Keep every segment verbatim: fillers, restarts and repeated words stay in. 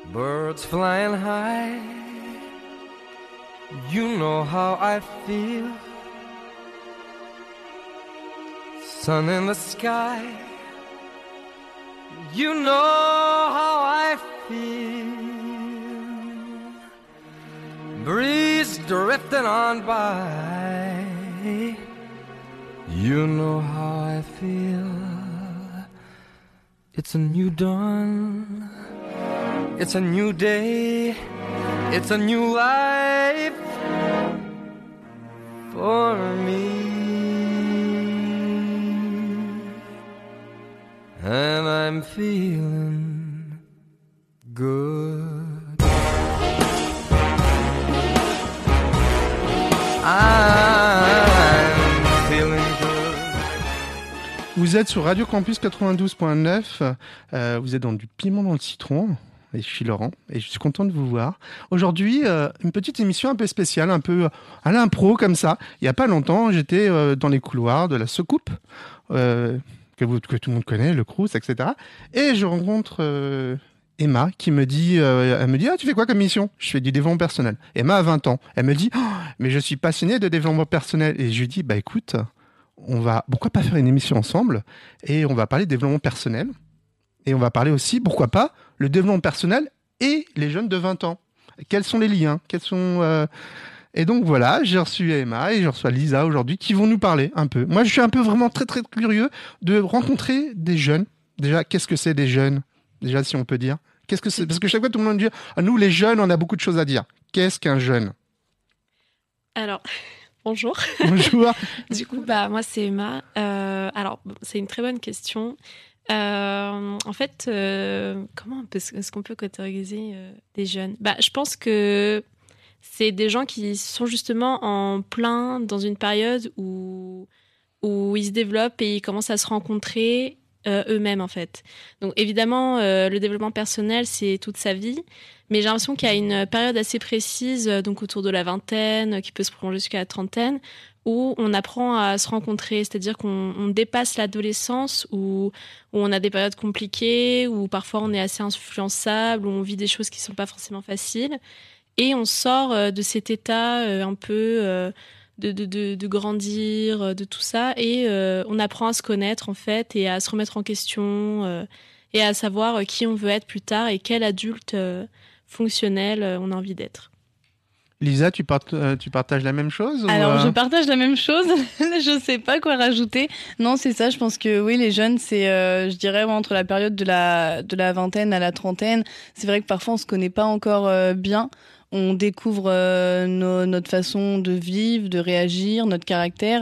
Birds flying high, you know how I feel. Sun in the sky, you know how I feel. Breeze drifting on by, you know how I feel. It's a new dawn, it's a new day, it's a new life for me. And I'm feeling good. I'm feeling good. Vous êtes sur Radio Campus quatre-vingt-douze point neuf, euh, vous êtes dans du piment dans le citron, et je suis Laurent, et je suis content de vous voir. Aujourd'hui, euh, une petite émission un peu spéciale, un peu à l'impro comme ça. Il n'y a pas longtemps, j'étais euh, dans les couloirs de la Secoupe, euh, que, vous, que tout le monde connaît, le Crous, et cetera. Et je rencontre euh, Emma qui me dit, euh, elle me dit, ah, tu fais quoi comme mission ? Je fais du développement personnel. Emma a vingt ans. Elle me dit, oh, mais je suis passionnée de développement personnel. Et je lui dis, bah écoute, on va, pourquoi pas faire une émission ensemble ? Et on va parler de développement personnel. Et on va parler aussi, pourquoi pas, le développement personnel et les jeunes de vingt ans. Quels sont les liens ? Quels sont, euh... Et donc voilà, j'ai reçu Emma et je reçois Lisa aujourd'hui qui vont nous parler un peu. Moi, je suis un peu vraiment très très curieux de rencontrer des jeunes. Déjà, qu'est-ce que c'est des jeunes ? Déjà, si on peut dire. Qu'est-ce que c'est ? Parce que chaque fois, tout le monde dit, ah, nous, les jeunes, on a beaucoup de choses à dire. Qu'est-ce qu'un jeune ? Alors, bonjour. Bonjour. Du coup, bah, moi, c'est Emma. Euh, alors, c'est une très bonne question. Euh, en fait, euh, comment est-ce qu'on peut catégoriser euh, des jeunes ? Bah, je pense que c'est des gens qui sont justement en plein dans une période où, où ils se développent et ils commencent à se rencontrer euh, eux-mêmes, en fait. Donc, évidemment, euh, le développement personnel, c'est toute sa vie. Mais j'ai l'impression qu'il y a une période assez précise, donc autour de la vingtaine, qui peut se prolonger jusqu'à la trentaine, où on apprend à se rencontrer, c'est-à-dire qu'on on dépasse l'adolescence, où, où on a des périodes compliquées, où parfois on est assez influençable, où on vit des choses qui ne sont pas forcément faciles, et on sort de cet état un peu de, de, de, de grandir, de tout ça, et on apprend à se connaître en fait, et à se remettre en question, et à savoir qui on veut être plus tard, et quel adulte fonctionnel on a envie d'être. Lisa, tu, part- euh, tu partages la même chose ? Alors, ou euh... je partage la même chose. Je sais pas quoi rajouter. Non, c'est ça. Je pense que oui, les jeunes, c'est, euh, je dirais, entre la période de la de la vingtaine à la trentaine. C'est vrai que parfois on se connaît pas encore euh, bien. On découvre euh, no- notre façon de vivre, de réagir, notre caractère.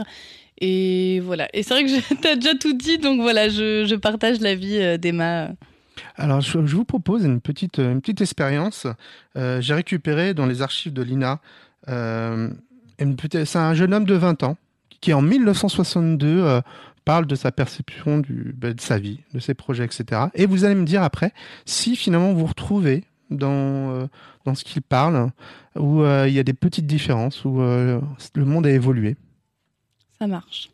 Et voilà. Et c'est vrai que je, t'as déjà tout dit, donc voilà, je, je partage l'avis euh, d'Emma. Alors, je, je vous propose une petite, une petite expérience. Euh, j'ai récupéré dans les archives de l'I N A, euh, une petite, c'est un jeune homme de vingt ans qui, en mille neuf cent soixante-deux, euh, parle de sa perception du, ben, de sa vie, de ses projets, et cetera. Et vous allez me dire après si finalement vous vous retrouvez dans, euh, dans ce qu'il parle, où euh, il y a des petites différences, où euh, le monde a évolué. Ça marche.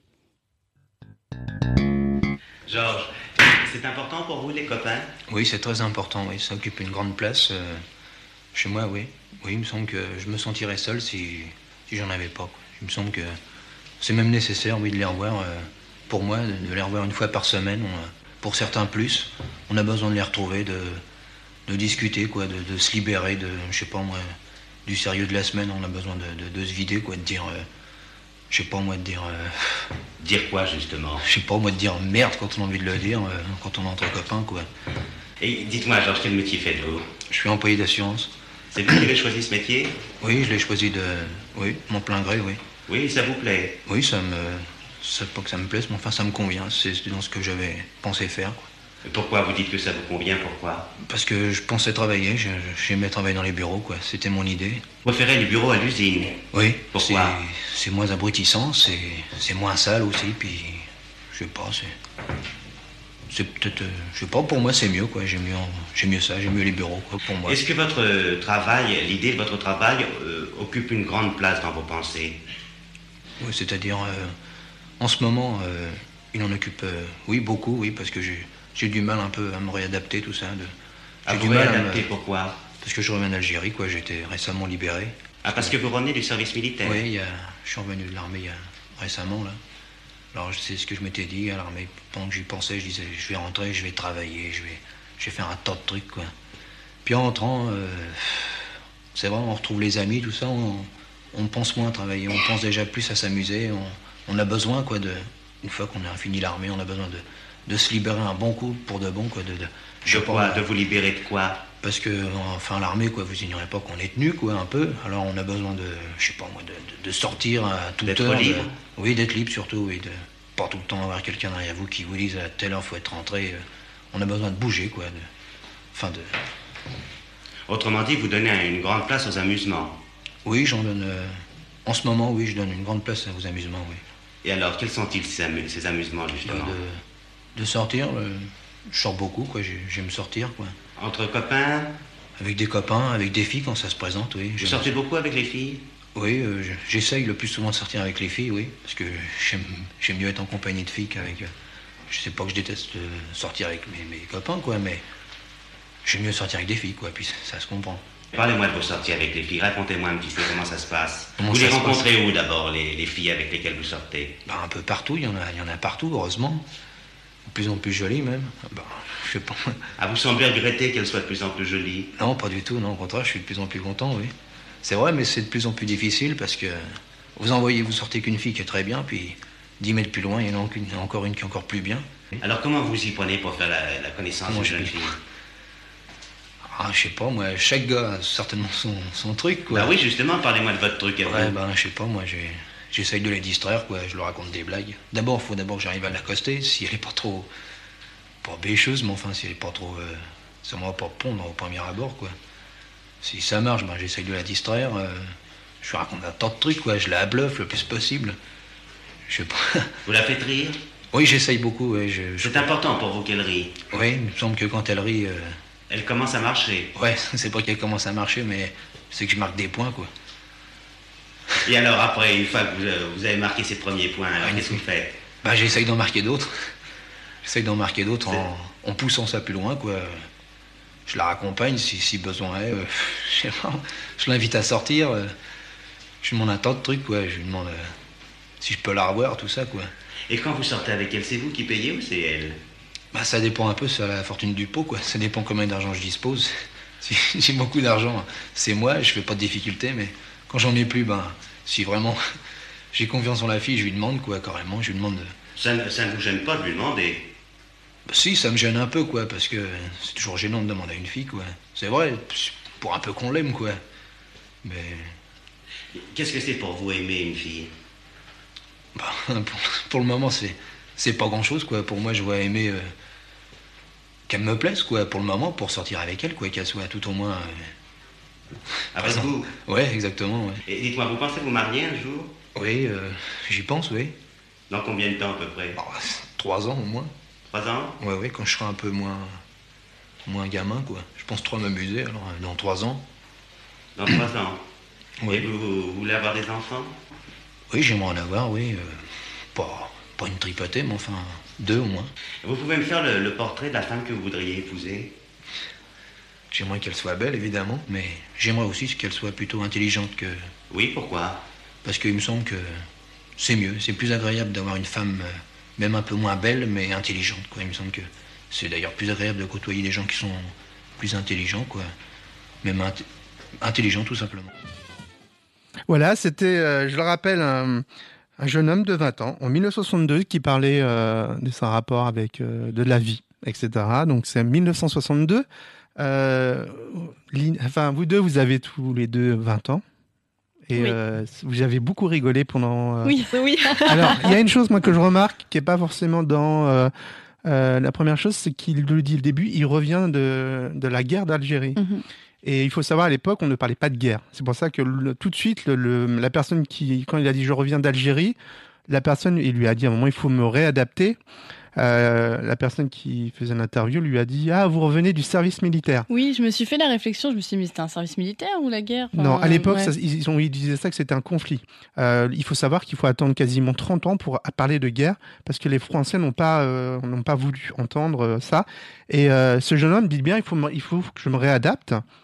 Georges, c'est important pour vous, les copains ? Oui, c'est très important, oui. Ça occupe une grande place. Euh, chez moi, oui. Oui, il me semble que je me sentirais seul si, si j'en avais pas, quoi. Il me semble que c'est même nécessaire, oui, de les revoir. Euh, pour moi, de, de les revoir une fois par semaine. On, pour certains plus, on a besoin de les retrouver, de, de discuter, quoi, de, de se libérer, de, je sais pas moi, du sérieux de la semaine. On a besoin de, de, de se vider, quoi, de dire... Euh, Je sais pas, moi, de dire... Euh... Dire quoi, justement ? Je sais pas, moi, de dire merde quand on a envie de le dire, euh, quand on est entre copains, quoi. Et dites-moi, Georges, quel métier faites-vous ? Je suis employé d'assurance. C'est vous qui avez choisi ce métier ? Oui, je l'ai choisi de... Oui, mon plein gré, oui. Oui, ça vous plaît ? Oui, ça me... C'est pas que ça me plaise, mais enfin, ça me convient. C'est dans ce que j'avais pensé faire, quoi. Et pourquoi vous dites que ça vous convient ? Pourquoi ? Parce que je pensais travailler, j'aimais travailler dans les bureaux, quoi. C'était mon idée. Vous préférez les bureaux à l'usine ? Oui. Pourquoi ? C'est moins abrutissant, c'est moins sale aussi, puis... Je sais pas, c'est... C'est peut-être... Euh, je sais pas, pour moi, c'est mieux, quoi. J'aime mieux, j'aime mieux ça, j'aime mieux les bureaux, quoi, pour moi. Est-ce que votre travail, l'idée de votre travail, euh, occupe une grande place dans vos pensées ? Oui, c'est-à-dire... Euh, en ce moment, euh, il en occupe... Euh, oui, beaucoup, oui, parce que j'ai... J'ai du mal un peu à me réadapter, tout ça. De... À vous réadapter, pourquoi ? parce que je reviens d'Algérie, quoi. J'ai été récemment libéré. Ah, parce que vous revenez du service militaire? Oui, il y a, je suis revenu de l'armée il y a, récemment, là. Alors, c'est ce que je m'étais dit à l'armée. Pendant que j'y pensais, je disais, je vais rentrer, je vais travailler, je vais, je vais faire un tas de trucs, quoi. Puis en rentrant, euh, c'est vrai, on retrouve les amis, tout ça, on, on pense moins à travailler, on pense déjà plus à s'amuser, on, on a besoin, quoi, de, une fois qu'on a fini l'armée, on a besoin de, de se libérer un bon coup, pour de bon, quoi, de... de je sais pas, de vous libérer de quoi? Parce que, enfin, l'armée, quoi, vous ignorez pas qu'on est tenu, quoi, un peu. Alors, on a besoin de, je sais pas moi, de, de, de sortir à toute heure. D'être libre? De, oui, d'être libre surtout, oui. De pas tout le temps avoir quelqu'un derrière vous qui vous dise à telle heure faut être rentré. On a besoin de bouger, quoi. De, enfin, de... Autrement dit, vous donnez une grande place aux amusements? Oui, j'en donne... Euh, en ce moment, oui, je donne une grande place aux amusements, oui. Et alors, quels sont-ils, ces, amu ces amusements, justement? De, de sortir, euh, je sors beaucoup, quoi. J'aime sortir, quoi. Entre copains? Avec des copains, avec des filles quand ça se présente, oui. Vous sortez beaucoup avec les filles? Oui, euh, j'essaye le plus souvent de sortir avec les filles, oui. Parce que j'aime mieux être en compagnie de filles qu'avec... Euh, je sais pas que je déteste euh, sortir avec mes, mes copains, quoi, mais j'aime mieux sortir avec des filles, quoi, puis ça, ça se comprend. Parlez-moi de vos sorties avec les filles, racontez-moi un petit peu comment ça se passe. Comment vous ça les se rencontrez passe où d'abord, les, les filles avec lesquelles vous sortez? Ben, un peu partout, il y en a, il y en a partout, heureusement. De plus en plus jolies, même. Ben, je sais pas. Ah, vous semblez regretter qu'elles soient de plus en plus jolies? Non, pas du tout, non, au contraire, je suis de plus en plus content, oui. C'est vrai, mais c'est de plus en plus difficile parce que vous envoyez, vous sortez qu'une fille qui est très bien, puis dix mètres plus loin, il y en a une, encore une qui est encore plus bien. Alors comment vous y prenez pour faire la, la connaissance Comment d'une je jeune peux- fille? Ah, je sais pas, moi, chaque gars a certainement son, son truc, quoi. Bah oui, justement, parlez-moi de votre truc à Ouais, vous. ben, je sais pas, moi, j'ai- j'essaye de les distraire, quoi. Je leur raconte des blagues. D'abord, il faut d'abord que j'arrive à l'accoster, si elle est pas trop... pas bêcheuse, mais enfin, si elle est pas trop... Euh, ça ne va pas pondre au premier abord, quoi. Si ça marche, ben, j'essaye de la distraire. euh, je lui raconte un tas de trucs, quoi. Je la bluffe le plus possible. Je sais pas. Vous la faites rire? Oui, j'essaye beaucoup, ouais. Je, je- C'est important pour vous qu'elle rie. Oui, il me semble que quand elle rit... euh, Elle commence à marcher. Ouais, c'est pas qu'elle commence à marcher, mais c'est que je marque des points, quoi. Et alors après, une fois que vous, euh, vous avez marqué ces premiers points, alors Ouais, qu'est-ce que vous faites? Bah, j'essaye d'en marquer d'autres. J'essaye d'en marquer d'autres en, en poussant ça plus loin, quoi. Je la raccompagne si, si besoin est. euh, je sais pas. Je l'invite à sortir. euh, je lui demande un tas de trucs, quoi. Je lui demande euh, si je peux la revoir, tout ça, quoi. Et quand vous sortez avec elle, c'est vous qui payez ou c'est elle? Bah, ça dépend un peu sur la fortune du pot, quoi. Ça dépend combien d'argent je dispose. Si j'ai beaucoup d'argent, c'est moi, je fais pas de difficulté, mais quand j'en ai plus, ben, si vraiment j'ai confiance en la fille, je lui demande, quoi, carrément, je lui demande. de- Ça, ne- ça ne vous gêne pas de lui demander? Bah, si, ça me gêne un peu, quoi, parce que c'est toujours gênant de demander à une fille, quoi. C'est vrai, pour un peu qu'on l'aime, quoi. Mais, Qu'est-ce que c'est pour vous aimer une fille? bah, pour, pour le moment, c'est, c'est pas grand-chose, quoi. Pour moi, je vois aimer euh, qu'elle me plaise, quoi, pour le moment, pour sortir avec elle, quoi, qu'elle soit tout au moins... euh, Avec présente. vous? Ouais, exactement, ouais. Et dites-moi, vous pensez vous marier un jour? Oui, euh, j'y pense, oui. Dans combien de temps à peu près? Bah, trois ans au moins. Trois ans? Ouais, ouais, quand je serai un peu moins, moins gamin, quoi. Je pense trop à m'amuser, alors euh, dans trois ans. Dans trois ans? Ouais. Et vous, vous voulez avoir des enfants? Oui, j'aimerais en avoir, oui. euh, pas, pas une tripotée, mais enfin, deux au moins. Vous pouvez me faire le, le portrait de la femme que vous voudriez épouser? J'aimerais qu'elle soit belle, évidemment, mais j'aimerais aussi qu'elle soit plutôt intelligente que... Oui, pourquoi? Parce qu'il me semble que c'est mieux, c'est plus agréable d'avoir une femme, euh, même un peu moins belle, mais intelligente, quoi. Il me semble que c'est d'ailleurs plus agréable de côtoyer des gens qui sont plus intelligents, quoi. Même int- intelligents, tout simplement. Voilà, c'était, euh, je le rappelle, un, un jeune homme de vingt ans, en mille neuf cent soixante-deux, qui parlait euh, de son rapport avec euh, de la vie, et cetera. Donc c'est mille neuf cent soixante-deux. Euh, Lynn- enfin, vous deux, vous avez tous les deux vingt ans. Et Oui. euh, vous avez beaucoup rigolé pendant... euh, Oui, oui. Alors, il y a une chose, moi, que je remarque, qui n'est pas forcément dans... euh, euh, la première chose, c'est qu'il le dit au début, il revient de, de la guerre d'Algérie. Mhm. Et il faut savoir, à l'époque, on ne parlait pas de guerre. C'est pour ça que le- tout de suite, le, le- la personne qui, quand il a dit « je reviens d'Algérie », la personne, il lui a dit à un moment « il faut me réadapter ». Euh, la personne qui faisait l'interview lui a dit « ah, vous revenez du service militaire ». Oui, je me suis fait la réflexion, je me suis dit, mais c'était un service militaire ou la guerre? Enfin, Non, à l'époque, ouais. ça- ils, ont, ils disaient ça que c'était un conflit. Euh, il faut savoir qu'il faut attendre quasiment trente ans pour parler de guerre, parce que les Français n'ont pas, euh, n'ont pas voulu entendre euh, ça. Et euh, ce jeune homme dit bien, il faut, me- il faut que je me réadapte.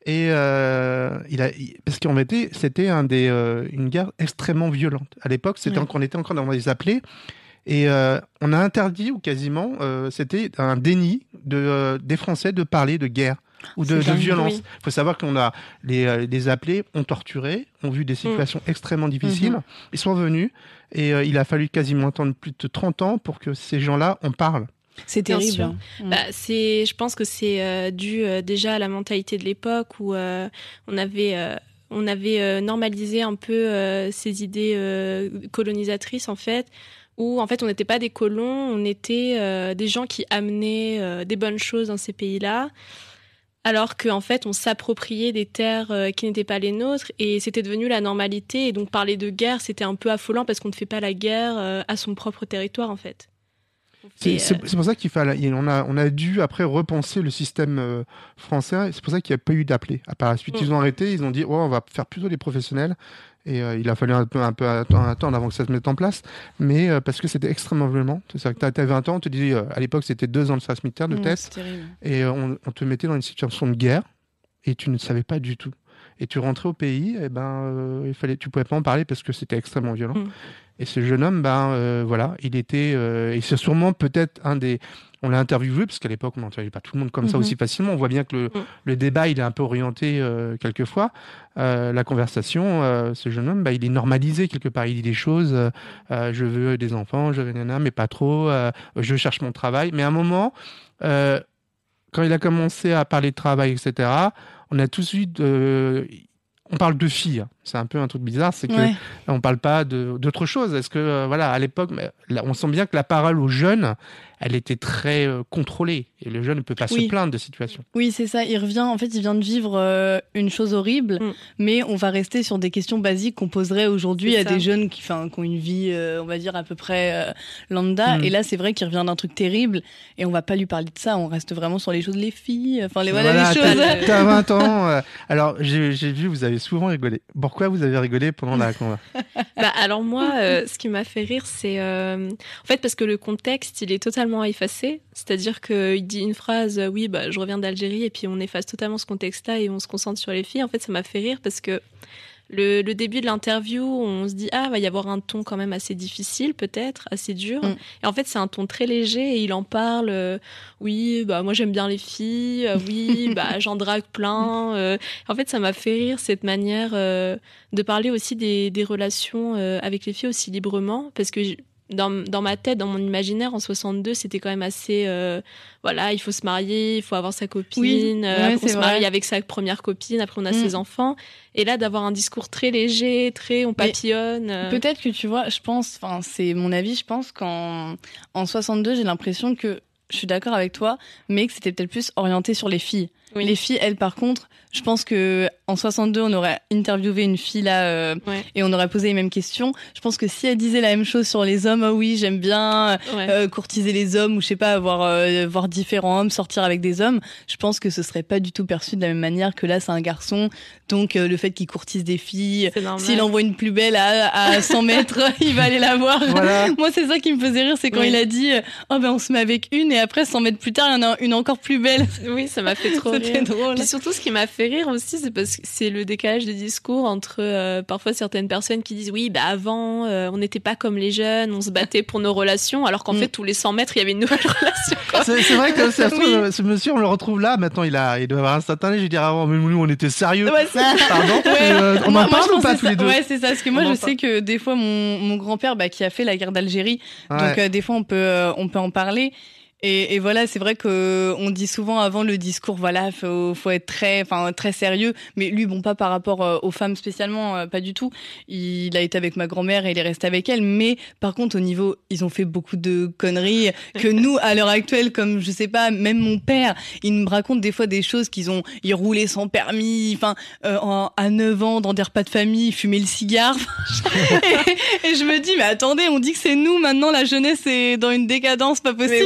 Et euh, il a, il, parce qu'en fait, c'était un des, euh, une guerre extrêmement violente. À l'époque, c'était Ouais. encore, on était encore dans les appelés. Et euh, on a interdit, ou quasiment, euh, c'était un déni de, euh, des Français de parler de guerre ou de, C'est de dingue. violence. Il Oui. faut savoir qu'on a les, euh, les appelés ont torturé, ont vu des situations extrêmement difficiles. Mhm. Ils sont venus et euh, il a fallu quasiment attendre plus de trente ans pour que ces gens-là en parlent. C'est Bien terrible. sûr. hein. Mm. Bah, c'est, je pense que c'est euh, dû euh, déjà à la mentalité de l'époque où euh, on avait, euh, on avait euh, normalisé un peu euh, ces idées euh, colonisatrices en fait, où en fait on n'était pas des colons, on était euh, des gens qui amenaient euh, des bonnes choses dans ces pays-là. Alors qu'en fait, on s'appropriait des terres euh, qui n'étaient pas les nôtres et c'était devenu la normalité. Et donc, parler de guerre, c'était un peu affolant parce qu'on ne fait pas la guerre euh, à son propre territoire, en fait. On C'est, fait, c'est, euh, c'est pour ça qu'il fallait, il- on a, on a dû après repenser le système euh, français. C'est pour ça qu'il n'y a pas eu d'appelés. À par la suite, Mm. ils ont arrêté. Ils ont dit, oh, on va faire plutôt des professionnels. Et euh, il a fallu un peu, un peu attendre, attendre avant que ça se mette en place. Mais euh, parce que c'était extrêmement violent. C'est-à-dire que tu as vingt ans, on te dit, euh, à l'époque, c'était deux ans de service militaire, de Mm, test. C'est terrible. Et euh, on, on te mettait dans une situation de guerre. Et tu ne savais pas du tout. Et tu rentrais au pays, et ben, euh, il fallait, tu pouvais pas en parler parce que c'était extrêmement violent. Mm. Et ce jeune homme, ben, euh, voilà, il était, euh, et c'est sûrement peut-être un des, on l'a interviewé parce qu'à l'époque on n'interviewait pas tout le monde comme ça Mhm. aussi facilement. On voit bien que le, Mm. le débat, il est un peu orienté euh, quelquefois. Euh, la conversation, euh, ce jeune homme, ben, il est normalisé quelque part. Il dit des choses. Euh, euh, je veux des enfants, je veux nana, mais pas trop. Euh, je cherche mon travail. Mais à un moment. Euh, Quand il a commencé à parler de travail, et cetera, on a tout de suite... euh, on parle de filles. C'est un peu un truc bizarre, c'est que Ouais. on parle pas de, d'autre chose. Est-ce que, euh, voilà, à l'époque, mais là, on sent bien que la parole aux jeunes, elle était très euh, contrôlée. Et le jeune ne peut pas Oui. se plaindre de situation. Oui, c'est ça. Il revient, en fait, il vient de vivre euh, une chose horrible, Mm. mais on va rester sur des questions basiques qu'on poserait aujourd'hui C'est à ça. des jeunes qui, enfin, qui ont une vie, euh, on va dire, à peu près euh, lambda. Mm. Et là, c'est vrai qu'il revient d'un truc terrible et on va pas lui parler de ça. On reste vraiment sur les choses, les filles, enfin, les, voilà, les t'as, choses. t'as vingt ans. euh, alors, j'ai, j'ai vu, vous avez souvent rigolé. Pourquoi vous avez rigolé pendant la conversation? Bah, alors moi, euh, ce qui m'a fait rire, c'est euh, en fait parce que le contexte, il est totalement effacé. C'est-à-dire qu'il dit une phrase, euh, oui, bah, je reviens d'Algérie, et puis on efface totalement ce contexte-là et on se concentre sur les filles. En fait, ça m'a fait rire parce que le, le début de l'interview, on se dit, ah, va y avoir un ton quand même assez difficile, peut-être, assez dur. Mm. Et en fait, c'est un ton très léger et il en parle, euh, oui, bah, moi j'aime bien les filles, euh, oui, bah, j'en drague plein. euh. En fait, ça m'a fait rire cette manière euh, de parler aussi des, des relations euh, avec les filles aussi librement, parce que j- dans, dans ma tête, dans mon imaginaire, en soixante-deux, c'était quand même assez, euh, voilà, il faut se marier, il faut avoir sa copine, Oui, euh, ouais, après, on c'est se marie vrai. avec sa première copine, après on a Mm. ses enfants, et là d'avoir un discours très léger, très on papillonne. euh. Peut-être que tu vois, je pense, enfin, c'est mon avis, je pense qu'en en soixante-deux, j'ai l'impression que je suis d'accord avec toi, mais que c'était peut-être plus orienté sur les filles. Oui. Les filles, elles, par contre, je pense que en soixante-deux, on aurait interviewé une fille là euh, Ouais. et on aurait posé les mêmes questions. Je pense que si elle disait la même chose sur les hommes, ah oui, j'aime bien Ouais. euh, courtiser les hommes ou je sais pas, voir euh, voir différents hommes sortir avec des hommes, je pense que ce serait pas du tout perçu de la même manière que là, c'est un garçon. Donc euh, le fait qu'il courtise des filles, C'est normal. s'il envoie une plus belle à, à cent mètres, il va aller la voir. Voilà. Moi, c'est ça qui me faisait rire, c'est quand Oui. il a dit euh, oh ben on se met avec une et après cent mètres plus tard, il y en a une encore plus belle. Oui, ça m'a fait trop C'était rire. drôle. Puis surtout, ce qui m'a fait rire aussi, c'est parce que c'est le décalage de discours entre euh, parfois certaines personnes qui disent oui, bah avant, euh, on n'était pas comme les jeunes, on se battait pour nos relations, alors qu'en Mm. fait, tous les cent mètres, il y avait une nouvelle relation. quoi. C'est, c'est vrai que ça se trouve, Oui. euh, ce monsieur, on le retrouve là. Maintenant, il a, il doit avoir un certain âge. Je vais dire avant, mais nous, on était sérieux. Ouais, c'est- Pardon. Ouais. Euh, on Moi- en moi, parle je ou pas pensais tous ça. les deux? Ouais, c'est ça. Parce que moi, On en je sais que des fois, mon, mon grand-père, bah, qui a fait la guerre d'Algérie, Ouais. donc euh, des fois, on peut, euh, on peut en parler. Et, et voilà, c'est vrai que on dit souvent avant le discours, voilà, faut, faut être très, enfin très sérieux. Mais lui, bon, pas par rapport euh, aux femmes spécialement, euh, pas du tout. Il a été avec ma grand-mère et il est resté avec elle. Mais par contre, au niveau, ils ont fait beaucoup de conneries que nous, à l'heure actuelle, comme je sais pas, même mon père, il me raconte des fois des choses qu'ils ont, ils roulaient sans permis, enfin, euh, en- à neuf ans dans des repas de famille, ils fumaient le cigare. et, et je me dis, mais attendez, on dit que c'est nous maintenant, la jeunesse est dans une décadence pas possible, Mais mais, oui. en fait,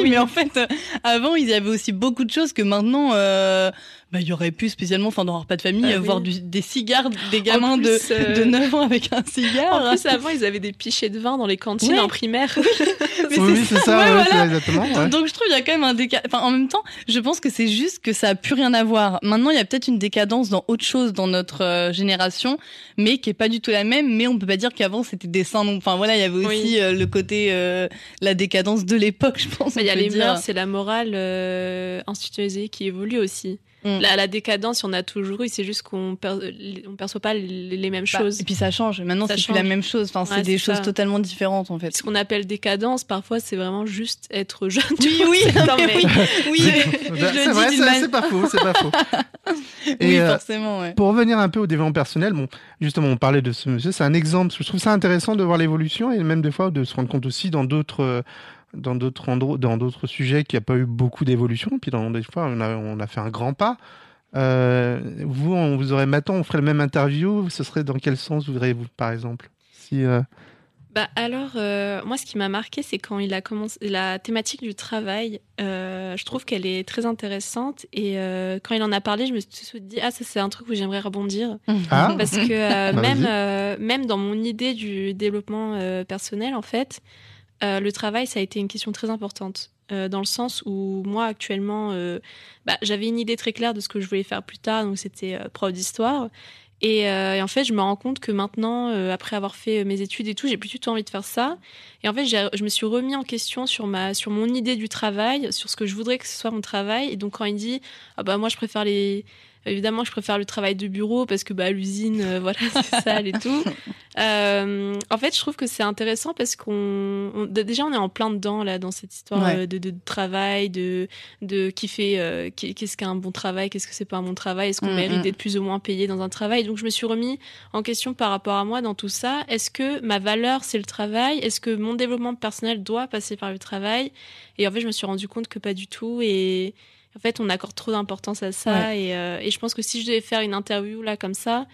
fait, euh, avant, il y avait aussi beaucoup de choses que maintenant, euh, bah, il y aurait pu spécialement, enfin, dans Repas de famille, Ah, voir oui. du, des cigares, des gamins plus, de, euh, de neuf ans avec un cigare. En plus, avant, ils avaient des pichets de vin dans les cantines Ouais. en primaire. Mais oui, c'est c'est ça, ouais, ouais, voilà. c'est exactement. Ouais. Donc je trouve il y a quand même un décalage. Enfin en même temps, je pense que c'est juste que ça a plus rien à voir. Maintenant il y a peut-être une décadence dans autre chose dans notre euh, génération, mais qui est pas du tout la même. Mais on peut pas dire qu'avant c'était des saints. Non. Enfin voilà, il y avait aussi Oui. euh, le côté euh, la décadence de l'époque, je pense. Il y a on peut les dire. mœurs, c'est la morale euh, institutionnalisée qui évolue aussi. Mm. La, la décadence, il y en a toujours eu, c'est juste qu'on per... on perçoit pas les, les mêmes Bah, choses. et puis ça change. Maintenant Ça c'est change. plus la même chose. Enfin c'est Ouais, des c'est choses ça. totalement différentes en fait. Ce qu'on appelle décadence, parfois, c'est vraiment juste être jeune. Oui oui, Non, mais mais- oui oui. C'est je le c'est dis vrai, d'une c'est man- c'est pas faux, c'est pas faux. Et, Oui euh, forcément ouais. Pour revenir un peu au développement personnel, bon, justement, on parlait de ce monsieur, c'est un exemple. Je trouve ça intéressant de voir l'évolution et même des fois de se rendre compte aussi dans d'autres, euh, dans d'autres endroits, dans d'autres sujets qu'il n'y a pas eu beaucoup d'évolution. Puis dans des fois, on a, on a fait un grand pas. Euh, vous, on vous aurait maintenant, on ferait la même interview. Ce serait dans quel sens voudriez-vous, par exemple, si euh, Bah alors, euh, moi, ce qui m'a marqué, c'est quand il a commencé la thématique du travail. Euh, je trouve qu'elle est très intéressante et euh, quand il en a parlé, je me suis dit ah ça c'est un truc où j'aimerais rebondir Ah. parce que euh, Bah, même vas-y. euh, même dans mon idée du développement euh, personnel en fait, euh, le travail ça a été une question très importante. Euh, dans le sens où moi actuellement euh, bah, j'avais une idée très claire de ce que je voulais faire plus tard, donc c'était euh, prof d'histoire. Et, euh, et en fait, je me rends compte que maintenant, euh, après avoir fait mes études et tout, j'ai plus du tout envie de faire ça. Et en fait, j'ai- je me suis remis en question sur ma, sur mon idée du travail, sur ce que je voudrais que ce soit mon travail. Et donc, quand il dit, ah bah moi, je préfère les, évidemment, je préfère le travail de bureau parce que bah l'usine, euh, voilà, c'est sale et tout. Euh, en fait, je trouve que c'est intéressant parce qu'on, on- déjà, on est en plein dedans là dans cette histoire Ouais. euh, de, de, de travail, de, de qui fait, euh, qui- qu'est-ce qu'un bon travail, qu'est-ce que c'est pas un bon travail, est-ce qu'on Mm, mérite mm. d'être plus ou moins payé dans un travail. Donc, je me suis remis en question par rapport à moi dans tout ça. Est-ce que ma valeur c'est le travail? Est-ce que mon développement personnel doit passer par le travail? Et en fait, je me suis rendu compte que pas du tout. Et en fait, on accorde trop d'importance à ça. Et, euh, et je pense que si je devais faire une interview là comme ça,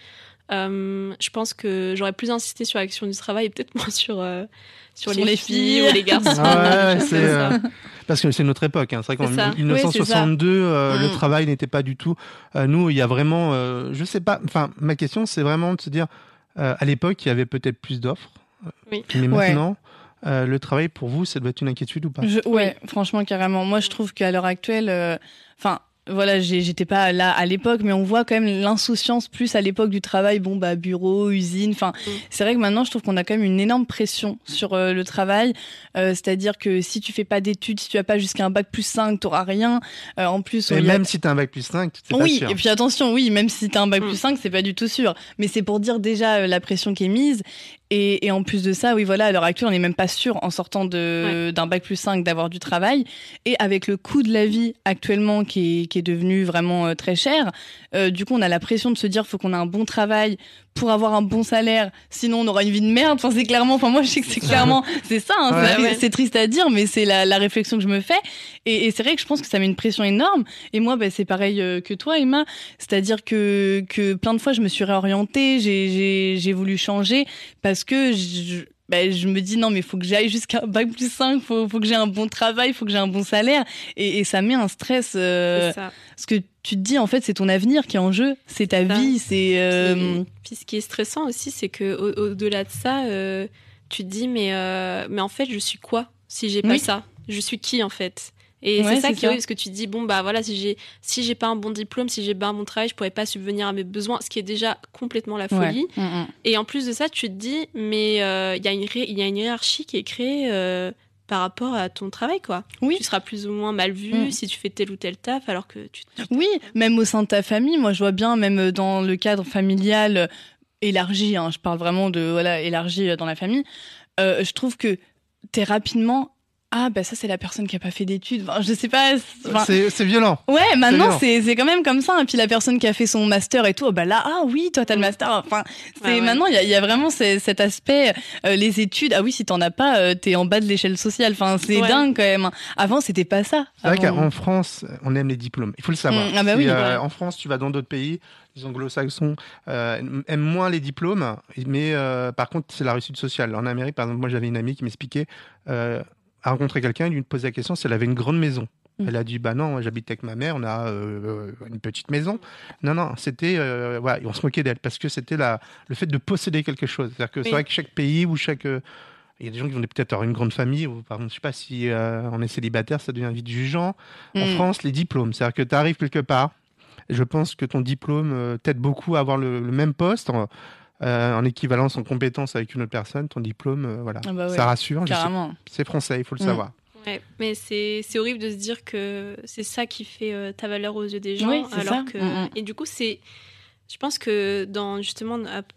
euh, je pense que j'aurais plus insisté sur l'action du travail et peut-être moins sur, euh, sur, Sur les, les filles, filles. ou les garçons. Ah ouais, des choses c'est, comme ça. euh, parce que c'est notre époque. Hein. C'est vrai qu'en C'est ça. mille neuf cent soixante-deux, euh, Mm. le travail n'était pas du tout. Euh, nous, il y a vraiment, euh, je sais pas. Enfin, ma question, c'est vraiment de se dire, euh, à l'époque, il y avait peut-être plus d'offres, Oui. mais Ouais. maintenant, euh, le travail pour vous, ça doit être une inquiétude ou pas? Je- ouais, franchement, carrément. Moi, je trouve qu'à l'heure actuelle, enfin, voilà, j'ai- j'étais pas là à l'époque, mais on voit quand même l'insouciance plus à l'époque du travail. Bon, bah, bureau, usine. Enfin, Mm. c'est vrai que maintenant, je trouve qu'on a quand même une énorme pression sur euh, le travail. Euh, C'est-à-dire que si tu fais pas d'études, si tu as pas jusqu'à un bac plus cinq, t'auras rien. Euh, en plus, Et il y a- même si tu as un bac plus cinq, c'est pas oui, sûr. et puis attention, oui, même si t'as un bac Mm. plus cinq, c'est pas du tout sûr. Mais c'est pour dire déjà euh, la pression qui est mise. Et, et en plus de ça, oui, voilà, à l'heure actuelle, on n'est même pas sûr, en sortant de, d'un bac plus cinq, d'avoir du travail. Et avec le coût de la vie actuellement qui est, qui est devenu vraiment euh, très cher, euh, du coup, on a la pression de se dire, faut qu'on ait un bon travail pour avoir un bon salaire, sinon on aura une vie de merde. Enfin, c'est clairement, enfin, moi, je sais que c'est clairement, c'est ça, hein, Ouais. c'est, tri- Ouais. c'est triste à dire, mais c'est la, la réflexion que je me fais. Et, et c'est vrai que je pense que ça met une pression énorme. Et moi, bah, c'est pareil euh, que toi, Emma. C'est-à-dire que, que plein de fois, je me suis réorientée, j'ai, j'ai, j'ai voulu changer parce que je, ben, je me dis non, mais il faut que j'aille jusqu'à bac plus cinq, faut, faut que j'ai un bon travail, faut que j'ai un bon salaire. Et, et ça met un stress. Euh, C'est ça. parce que tu te dis, en fait, c'est ton avenir qui est en jeu, c'est ta C'est ça. vie, c'est. euh, Puis, puis ce qui est stressant aussi, c'est que au- au-delà de ça, euh, tu te dis mais euh, mais en fait, je suis quoi si j'ai pas Oui. ça? Je suis qui en fait? Et Ouais, c'est ça c'est qui est ça. horrible parce que tu te dis bon bah voilà, si j'ai si j'ai pas un bon diplôme, si j'ai pas un bon travail, je pourrais pas subvenir à mes besoins, ce qui est déjà complètement la folie. ouais. Mm, mm. Et en plus de ça, tu te dis mais euh, il y a une ré- il y a une hiérarchie qui est créée euh, par rapport à ton travail quoi. Oui. Tu seras plus ou moins mal vu Mm. si tu fais tel ou tel taf alors que tu Oui, même au sein de ta famille, moi je vois bien, même dans le cadre familial euh, élargi, hein, je parle vraiment de voilà élargi euh, dans la famille, euh, je trouve que t'es rapidement ah bah ça c'est la personne qui a pas fait d'études, enfin, je sais pas, c'est- enfin, C'est c'est violent. ouais maintenant violent. c'est c'est quand même comme ça, et puis la personne qui a fait son master et tout, oh, bah là ah oui toi t'as le master, enfin c'est Ouais, ouais. maintenant il y a, il y a vraiment ce- cet aspect euh, les études, ah oui si t'en as pas euh, t'es en bas de l'échelle sociale, enfin c'est Ouais. dingue quand même. Avant c'était pas ça. C'est vrai Avant- qu'en France, on aime les diplômes. Il faut le savoir. Mm, ah bah Si, oui. euh, Ouais. En France, tu vas dans d'autres pays, les anglo-saxons euh, aiment moins les diplômes, mais euh, par contre, c'est la réussite sociale. En Amérique, par exemple, moi, j'avais une amie qui m'expliquait, euh, a rencontré quelqu'un, il lui posait la question si elle avait une grande maison. Mmh. Elle a dit bah non, j'habite avec ma mère, on a euh, une petite maison. Non non, c'était euh, ouais, on se moquait d'elle parce que c'était la le fait de posséder quelque chose. C'est-à-dire que oui. C'est vrai que chaque pays ou chaque euh, il y a des gens qui vont peut-être avoir une grande famille ou par exemple, je sais pas si euh, on est célibataire, ça devient vite jugeant. Mmh. En France, les diplômes, c'est-à-dire que tu arrives quelque part, et je pense que ton diplôme euh, t'aide beaucoup à avoir le, le même poste en, euh, en équivalence en compétence avec une autre personne, ton diplôme euh, voilà, ah bah ouais, ça rassure. Carrément. Sais, c'est français, il faut le mmh. savoir. Ouais, mais c'est, c'est horrible de se dire que c'est ça qui fait euh, ta valeur aux yeux des gens. Oui, c'est alors ça. Que, mmh. Et du coup, c'est, je pense que dans, justement,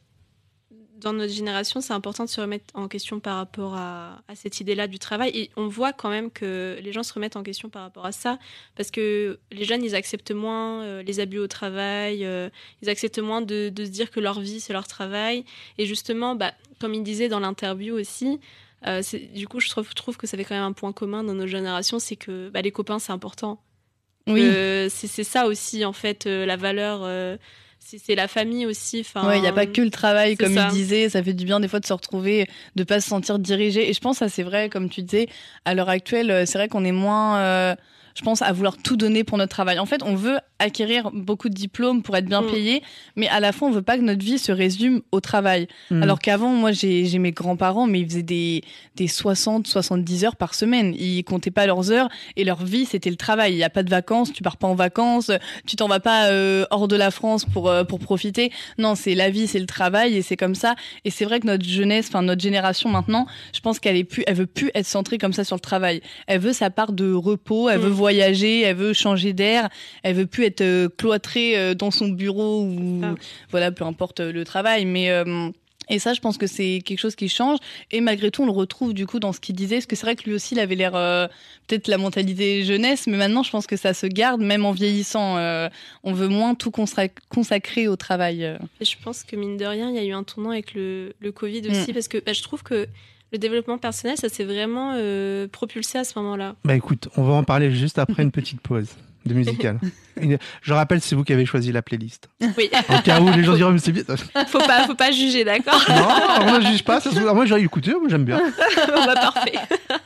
dans notre génération, c'est important de se remettre en question par rapport à, à cette idée-là du travail. Et on voit quand même que les gens se remettent en question par rapport à ça, parce que les jeunes, ils acceptent moins euh, les abus au travail, euh, ils acceptent moins de, de se dire que leur vie, c'est leur travail. Et justement, bah, comme il disait dans l'interview aussi, Euh, c'est, du coup, je trouve, je trouve que ça fait quand même un point commun dans nos générations, c'est que bah, les copains, c'est important. Oui. Euh, c'est, c'est ça aussi, en fait, euh, la valeur. Euh, c'est, c'est la famille aussi. Ouais, il n'y a pas que le travail, comme ça. Il disait. Ça fait du bien des fois de se retrouver, de ne pas se sentir dirigé. Et je pense que ça, c'est vrai, comme tu disais, à l'heure actuelle, c'est vrai qu'on est moins... Euh... je pense, à vouloir tout donner pour notre travail. En fait, on veut acquérir beaucoup de diplômes pour être bien mmh. payé, mais à la fin, on veut pas que notre vie se résume au travail. Mmh. Alors qu'avant, moi, j'ai, j'ai mes grands-parents, mais ils faisaient des, des soixante, soixante-dix heures par semaine. Ils comptaient pas leurs heures et leur vie, c'était le travail. Il y a pas de vacances, tu pars pas en vacances, tu t'en vas pas euh, hors de la France pour, euh, pour profiter. Non, c'est la vie, c'est le travail et c'est comme ça. Et c'est vrai que notre jeunesse, enfin, notre génération maintenant, je pense qu'elle est plus, elle veut plus être centrée comme ça sur le travail. Elle veut sa part de repos, elle mmh. veut voyager, elle veut changer d'air, elle veut plus être euh, cloîtrée euh, dans son bureau ou ah. voilà, peu importe euh, le travail, mais euh, et ça, je pense que c'est quelque chose qui change. Et malgré tout, on le retrouve du coup dans ce qu'il disait, parce que c'est vrai que lui aussi, il avait l'air euh, peut-être la mentalité jeunesse, mais maintenant, je pense que ça se garde, même en vieillissant. Euh, on veut moins tout consac- consacrer au travail. Euh. Et je pense que mine de rien, il y a eu un tournant avec le, le Covid aussi, mmh. parce que bah, je trouve que le développement personnel, ça s'est vraiment euh, propulsé à ce moment-là. Bah écoute, on va en parler juste après une petite pause de musicale. Une... Je rappelle, c'est vous qui avez choisi la playlist. Oui. En cas où les gens diront, mais c'est bien. Faut pas, faut pas juger, d'accord? Non, on ne juge pas. Ça se... Moi, j'ai écouté, moi, j'aime bien. Bon, bah, parfait.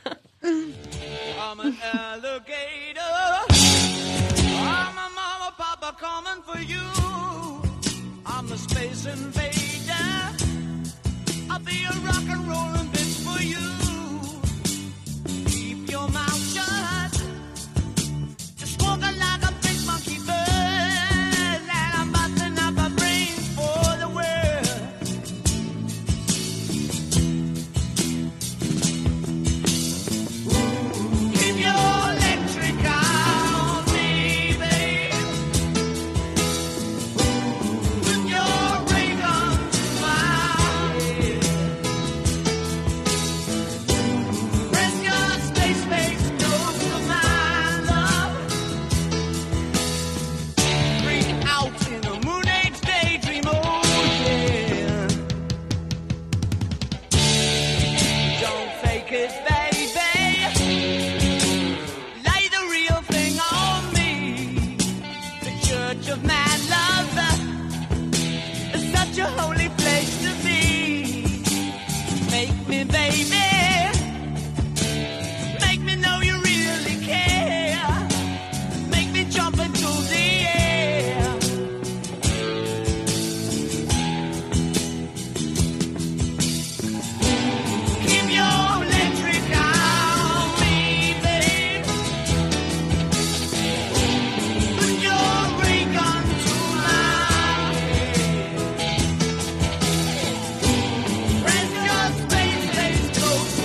I'm an alligator. I'm a mama, papa coming for you. I'm a space invader. I'll be a rock and rollin' bitch for you. Keep your mouth shut. Just walking like a big monkey bird. And I'm busting up my brains for the world. Keep your electric eye on me, babe. Put your ray gun to my head. Press your space face nose to my love. Bring out in a moon age daydream, oh yeah. Don't fake it, baby. Lay the real thing on me. The church of mad love is such a holy place to be. Make me, baby. Make me know you really care. Make me jump into the air. Keep your electric eye on me, babe. Put your ray gun to my head. Press your space face close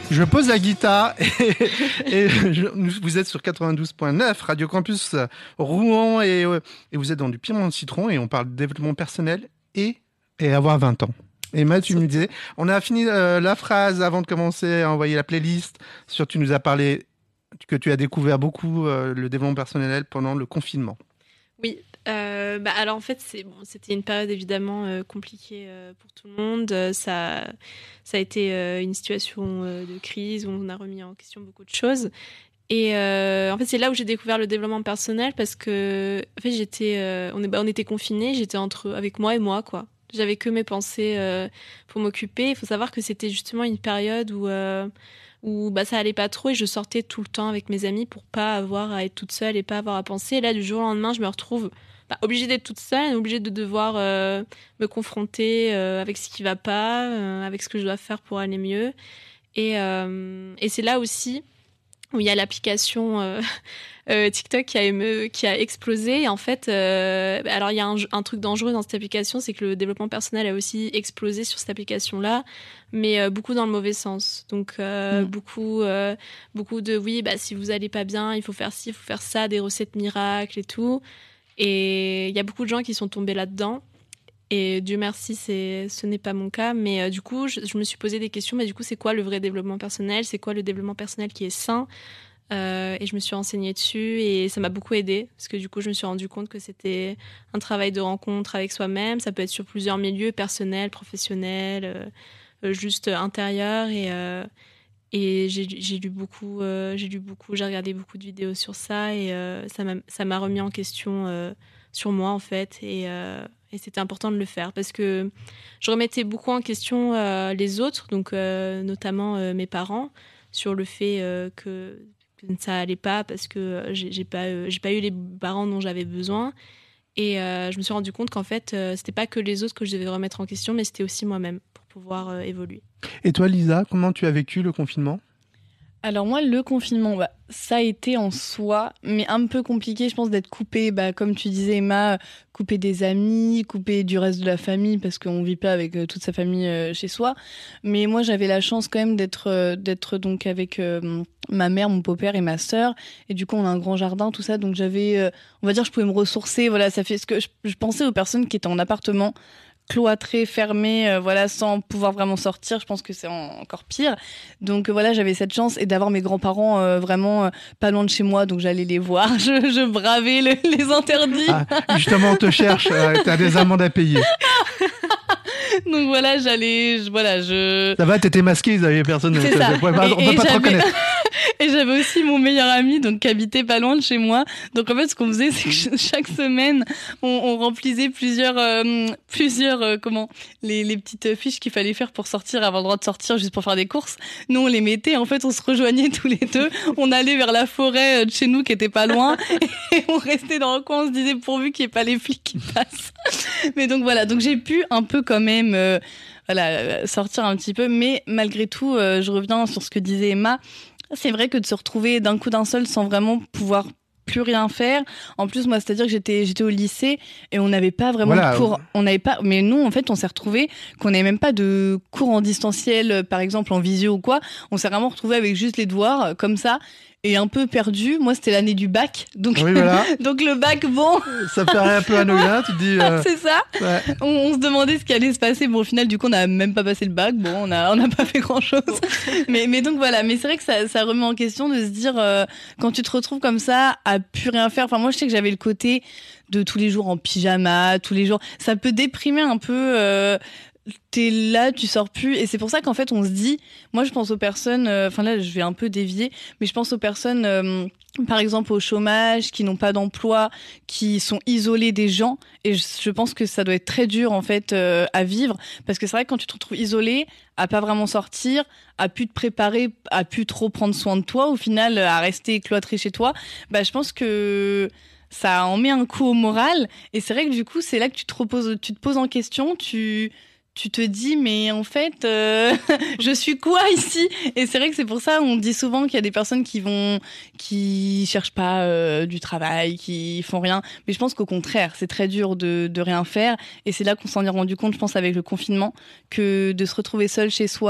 Je pose la guitare et, et je, vous êtes sur quatre-vingt-douze point neuf Radio Campus Rouen et, et vous êtes dans du Piment dans le Citron et on parle de développement personnel et, et avoir vingt ans. Emma, tu me disais, on a fini euh, la phrase avant de commencer à envoyer la playlist. Sur, tu nous as parlé que tu as découvert beaucoup euh, le développement personnel pendant le confinement. Oui. Euh, bah alors en fait c'est bon, c'était une période évidemment euh, compliquée euh, pour tout le monde. Euh, ça ça a été euh, une situation euh, de crise où on a remis en question beaucoup de choses. Et euh, en fait c'est là où j'ai découvert le développement personnel parce que en fait j'étais euh, on est bah, on était confinés, j'étais entre avec moi et moi quoi. J'avais que mes pensées euh, pour m'occuper. Il faut savoir que c'était justement une période où euh, où bah ça allait pas trop et je sortais tout le temps avec mes amis pour pas avoir à être toute seule et pas avoir à penser. Et là du jour au lendemain je me retrouve bah, obligée d'être toute seule, obligée de devoir euh, me confronter euh, avec ce qui va pas, euh, avec ce que je dois faire pour aller mieux. Et, euh, et c'est là aussi où il y a l'application euh, euh, TikTok qui a, éme, qui a explosé. Et en fait, euh, alors il y a un, un truc dangereux dans cette application, c'est que le développement personnel a aussi explosé sur cette application-là, mais euh, beaucoup dans le mauvais sens. Donc euh, mmh. beaucoup, euh, beaucoup de oui, bah si vous allez pas bien, il faut faire ci, il faut faire ça, des recettes miracles et tout. Et il y a beaucoup de gens qui sont tombés là-dedans. Et Dieu merci, c'est, ce n'est pas mon cas. Mais euh, du coup, je, je me suis posé des questions. Mais du coup, c'est quoi le vrai développement personnel ? C'est quoi le développement personnel qui est sain ? euh, Et je me suis renseignée dessus et ça m'a beaucoup aidée. Parce que du coup, je me suis rendu compte que c'était un travail de rencontre avec soi-même. Ça peut être sur plusieurs milieux, personnels, professionnels, euh, juste intérieurs. Et, euh, et j'ai, j'ai lu beaucoup, euh, j'ai lu beaucoup, j'ai regardé beaucoup de vidéos sur ça. Et euh, ça, m'a, ça m'a remis en question euh, sur moi, en fait. Et... Euh, Et c'était important de le faire parce que je remettais beaucoup en question euh, les autres, donc euh, notamment euh, mes parents, sur le fait euh, que, que ça allait pas parce que j'ai, j'ai pas, euh, j'ai pas eu les parents dont j'avais besoin. Et euh, je me suis rendu compte qu'en fait, euh, c'était pas que les autres que je devais remettre en question, mais c'était aussi moi-même pour pouvoir euh, évoluer. Et toi, Lisa, comment tu as vécu le confinement ? Alors moi, le confinement, bah, ça a été en soi, mais un peu compliqué, je pense, d'être coupé, bah, comme tu disais, Emma, coupé des amis, coupé du reste de la famille, parce qu'on vit pas avec euh, toute sa famille euh, chez soi. Mais moi, j'avais la chance quand même d'être, euh, d'être donc avec euh, ma mère, mon beau-père et ma sœur. Et du coup, on a un grand jardin, tout ça. Donc j'avais, euh, on va dire, je pouvais me ressourcer. Voilà, ça fait ce que je, je pensais aux personnes qui étaient en appartement, cloîtré, fermé, euh, voilà, sans pouvoir vraiment sortir. Je pense que c'est en, encore pire. Donc euh, voilà, j'avais cette chance et d'avoir mes grands-parents euh, vraiment euh, pas loin de chez moi, donc j'allais les voir. Je, je bravais le, les interdits. Ah, justement, on te cherche. Euh, t'as des amendes à payer. Donc voilà, j'allais, je, voilà, je. Ça va, t'étais masqué, ils avaient personne. C'est ça. On peut pas, et, on peut et pas te reconnaître. Et j'avais aussi mon meilleur ami, donc qui habitait pas loin de chez moi. Donc en fait, ce qu'on faisait, c'est que chaque semaine, on, on remplissait plusieurs, euh, plusieurs, euh, comment, les, les petites fiches qu'il fallait faire pour sortir, avoir le droit de sortir, juste pour faire des courses. Nous, on les mettait. En fait, on se rejoignait tous les deux. On allait vers la forêt de chez nous, qui était pas loin, et on restait dans le coin. On se disait pourvu qu'il n'y ait pas les flics qui passent. Mais donc voilà. Donc j'ai pu un peu quand même. Euh, Voilà, sortir un petit peu, mais malgré tout, euh, je reviens sur ce que disait Emma. C'est vrai que de se retrouver d'un coup d'un seul sans vraiment pouvoir plus rien faire. En plus, moi, c'est-à-dire que j'étais, j'étais au lycée et on n'avait pas vraiment voilà. de cours. On n'avait pas, mais nous, en fait, on s'est retrouvés qu'on n'avait même pas de cours en distanciel, par exemple en visio ou quoi. On s'est vraiment retrouvés avec juste les devoirs, comme ça. Et un peu perdu. Moi, c'était l'année du bac. Donc, oui, voilà. donc le bac, bon. Ça paraît un peu anodin, tu te dis. Euh... C'est ça. Ouais. On, on se demandait ce qui allait se passer. Bon, au final, du coup, on n'a même pas passé le bac. Bon, on a, on n'a pas fait grand chose. mais, mais donc voilà. Mais c'est vrai que ça, ça remet en question de se dire, euh, quand tu te retrouves comme ça, à plus rien faire. Enfin, moi, je sais que j'avais le côté de tous les jours en pyjama, tous les jours. Ça peut déprimer un peu, euh, t'es là, tu sors plus, et c'est pour ça qu'en fait on se dit, moi je pense aux personnes, enfin euh, là je vais un peu dévier, mais je pense aux personnes, euh, par exemple au chômage, qui n'ont pas d'emploi, qui sont isolées des gens, et je, je pense que ça doit être très dur en fait euh, à vivre, parce que c'est vrai que quand tu te retrouves isolé, à pas vraiment sortir, à plus te préparer, à plus trop prendre soin de toi, au final à rester cloîtré chez toi, bah je pense que ça en met un coup au moral, et c'est vrai que du coup c'est là que tu te reposes, tu te poses en question, tu tu te dis mais en fait euh, je suis quoi ici, et c'est vrai que c'est pour ça on dit souvent qu'il y a des personnes qui vont qui cherchent pas euh, du travail, qui font rien, mais je pense qu'au contraire c'est très dur de de rien faire, et c'est là qu'on s'en est rendu compte, je pense, avec le confinement, que de se retrouver seul chez soi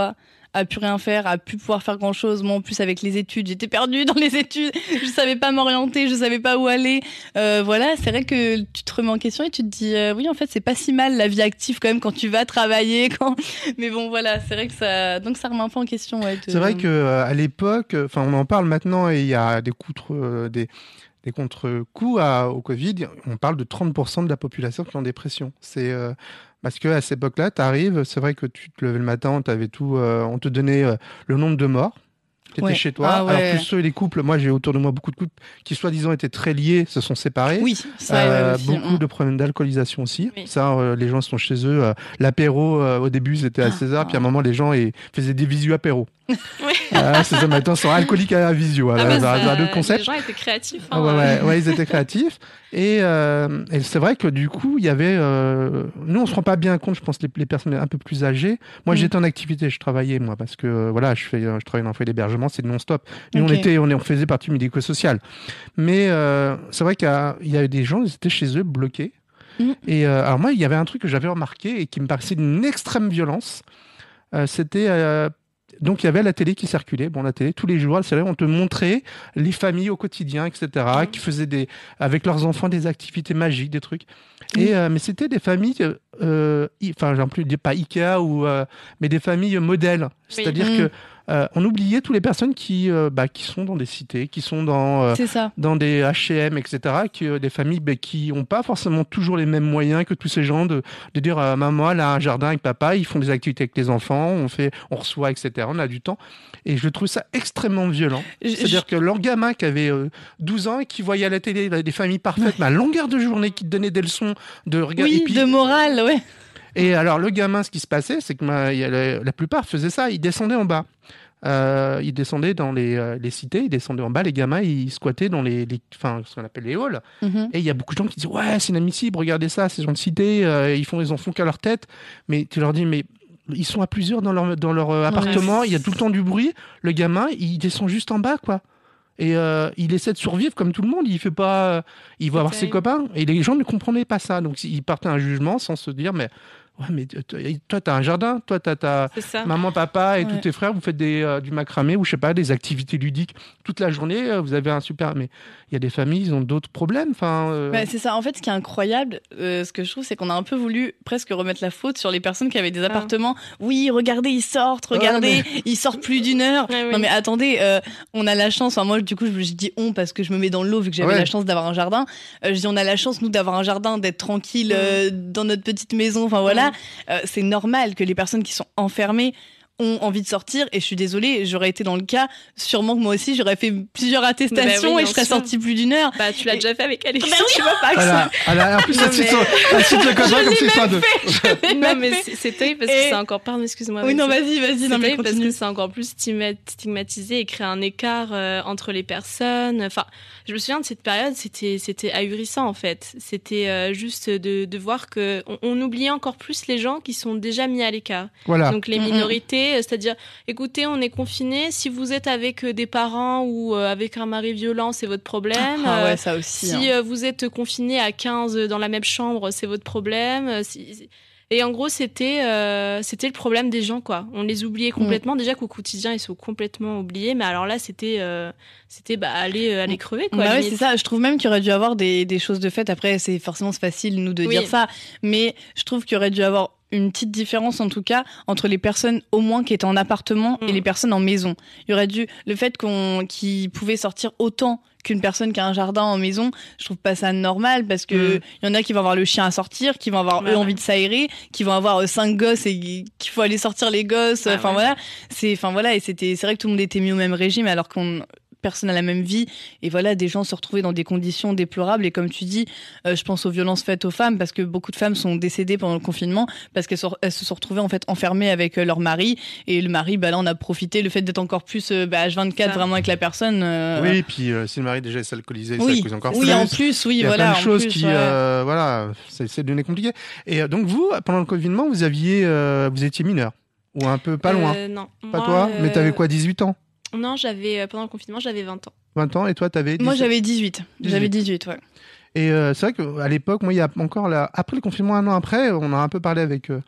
à plus rien faire, à plus pouvoir faire grand chose. Moi en plus avec les études, j'étais perdue dans les études, je savais pas m'orienter, je savais pas où aller. Euh, voilà, c'est vrai que tu te remets en question et tu te dis euh, oui en fait c'est pas si mal la vie active quand même quand tu vas travailler. Quand... Mais bon voilà, c'est vrai que ça, donc ça remet un peu en question. Ouais, de... C'est vrai que euh, à l'époque, enfin on en parle maintenant et il y a des contre euh, des des contre-coups à, au Covid. On parle de trente pour cent de la population qui est en dépression. C'est euh, parce que à cette époque-là, tu arrives, c'est vrai que tu te levais le matin, t'avais tout, euh, on te donnait euh, le nombre de morts. Qui étaient Ouais. chez toi. Ah ouais. Alors plus ceux les couples, moi j'ai autour de moi beaucoup de couples qui soi-disant étaient très liés, se sont séparés. Oui, ça Euh, ouais, aussi. beaucoup Mm. de problèmes d'alcoolisation aussi. Oui. Ça, euh, les gens sont chez eux. euh, l'apéro, euh, au début, c'était à seize heures, puis à un moment, les gens ils faisaient des visu apéro. Ouais. Ah, c'est ça, maintenant, ils sont alcooliques à la visio. Ah Alors, bah, ça, ça a deux ça, concepts. les gens étaient créatifs. Ah Hein, ouais, euh. ouais, ouais, ils étaient créatifs. Et, euh, et c'est vrai que du coup, il y avait. Euh, nous, on se rend pas bien compte, je pense, les, les personnes un peu plus âgées. Moi, Mm. j'étais en activité, je travaillais, moi, parce que euh, voilà, je, fais, je travaille dans un foyer d'hébergement, c'est non-stop. Nous, Ok. on, était, on, est- on faisait partie du médico-social. Mais euh, c'est vrai qu'il y a, il y a des gens, ils étaient chez eux bloqués. Mm. Et euh, alors, moi, il y avait un truc que j'avais remarqué et qui me paraissait d'une extrême violence. Euh, c'était. Euh, donc il y avait la télé qui circulait. Bon, la télé tous les jours, c'est vrai, on te montrait les familles au quotidien, et cetera, qui faisaient des avec leurs enfants des activités magiques, des trucs. Et euh, mais c'était des familles, euh, i- enfin, j'ai plus dire pas Ikea ou, euh, mais des familles modèles. C'est-à-dire Mm. que euh, on oubliait toutes les personnes qui, euh, bah, qui sont dans des cités, qui sont dans euh, C'est ça. dans des H et M, et cetera, qui, euh, des familles bah, qui n'ont pas forcément toujours les mêmes moyens que tous ces gens de, de dire euh, maman, elle a un jardin avec papa, ils font des activités avec les enfants, on, fait, on reçoit, et cetera. On a du temps. Et je trouve ça extrêmement violent. Je- C'est-à-dire que leur gamin qui avait euh, douze ans et qui voyait à la télé bah, des familles parfaites, mais à longueur de journée, qui te donnaient des leçons de regard. Oui, et puis, de morale, ouais. et alors, le gamin, ce qui se passait, c'est que ma- il y a la, la plupart faisaient ça, ils descendaient en bas. Euh, ils descendaient dans les, euh, les cités, ils descendaient en bas, les gamins, ils squattaient dans les, les, enfin, ce qu'on appelle les halls. Mhm. Et il y a beaucoup de gens qui disent ouais, c'est inadmissible, regardez ça, ces gens de cité, euh, ils font, ils en font qu'à leur tête. Mais tu leur dis mais ils sont à plusieurs dans leur dans leur euh, appartement, il y a tout le temps du bruit. Le gamin, il descend juste en bas, quoi. Et euh, il essaie de survivre comme tout le monde. Il fait pas, euh, il va voir ses terrible. copains. Et les gens ne comprenaient pas ça. Donc ils partaient à un jugement sans se dire mais ouais, mais t- t- toi t'as un jardin, toi t'as ta C'est ça. maman, papa et Ouais. tous tes frères, vous faites des, euh, du macramé ou je sais pas, des activités ludiques toute la journée. euh, vous avez un super. Mais il y a des familles, ils ont d'autres problèmes. Enfin. euh, Bah, c'est ça. En fait, ce qui est incroyable, euh, ce que je trouve, c'est qu'on a un peu voulu presque remettre la faute sur les personnes qui avaient des appartements. Oui, regardez, ils sortent, regardez, ils sortent plus d'une heure. Ouais, oui. Non mais attendez, euh, on a la chance. Enfin moi, du coup, je, je dis on parce que je me mets dans le lot vu que j'avais Ouais. la chance d'avoir un jardin. Euh, je dis on a la chance nous d'avoir un jardin, d'être tranquille euh, dans notre petite maison. Enfin voilà, Euh, c'est normal que les personnes qui sont enfermées ont envie de sortir et je suis désolée, j'aurais été dans le cas, sûrement que moi aussi j'aurais fait plusieurs attestations Bah oui, et je serais bien sûr. sortie plus d'une heure. Bah, tu l'as déjà fait avec Alexis. Bah oui, tu vois pas que Voilà. Voilà. En plus, Non, elle cite mais- son- elle cite le copain comme c'est ça de. Non, mais c'est c'est terrible parce que Et- c'est encore, pardon, excuse-moi. Oui, non, vas-y. vas-y, vas-y, C'est non, mais terrible parce que continue. c'est encore plus stigma- stigmatisé et créer un écart euh, entre les personnes. Enfin, je me souviens de cette période, c'était c'était ahurissant en fait. C'était euh, juste de, de voir que on, on oubliait encore plus les gens qui sont déjà mis à l'écart. Voilà. Donc les Mm, mm. minorités, euh, c'est-à-dire, écoutez, on est confinés. Si vous êtes avec euh, des parents ou euh, avec un mari violent, c'est votre problème. Ah Euh, ouais, ça aussi. si hein. euh, vous êtes confiné à quinze dans la même chambre, c'est votre problème. Euh, si- Et en gros, c'était euh, c'était le problème des gens, quoi. On les oubliait complètement. Déjà qu'au quotidien, ils sont complètement oubliés. Mais alors là, c'était euh, c'était bah, aller, euh, aller crever, quoi. Bah ouais, limite. c'est ça. Je trouve même qu'il aurait dû y avoir des, des choses de fait. Après, c'est forcément c'est facile nous de Oui. dire ça, mais je trouve qu'il y aurait dû y avoir une petite différence en tout cas entre les personnes au moins qui étaient en appartement et Mm. les personnes en maison. Il y aurait dû le fait qu'on qu'ils pouvaient sortir autant qu'une personne qui a un jardin en maison, je trouve pas ça normal parce que Mm. il y en a qui vont avoir le chien à sortir, qui vont avoir Ouais, eux ouais. envie de s'aérer, qui vont avoir euh, cinq gosses et qu'il faut aller sortir les gosses. Ah Enfin ouais. voilà, c'est enfin voilà et c'était c'est vrai que tout le monde était mis au même régime alors qu'on personne à la même vie et voilà des gens se retrouvaient dans des conditions déplorables et comme tu dis euh, je pense aux violences faites aux femmes parce que beaucoup de femmes sont décédées pendant le confinement parce qu'elles sont- elles se sont retrouvées en fait enfermées avec euh, leur mari et le mari bah là on a profité le fait d'être encore plus euh, bah, H vingt-quatre Ça. vraiment avec la personne euh, Oui, puis euh, si le mari déjà est alcoolisé, ça oui, cause encore oui plus. en plus oui Il y a voilà plein de en choses plus, qui, ouais. euh, voilà, c'est c'est devenu compliqué. Et euh, donc vous, pendant le confinement, vous aviez, euh, vous étiez mineur ou un peu pas loin. Euh, non. Pas Moi, toi, mais euh, t'avais quoi, dix-huit ans, Non, j'avais euh, pendant le confinement, j'avais vingt ans. vingt ans, et toi t'avais. Moi dix-sept. j'avais dix-huit j'avais dix-huit ouais. Et euh, c'est vrai qu'à l'époque, moi, il y a encore là, après le confinement, un an après, on a un peu parlé avec euh,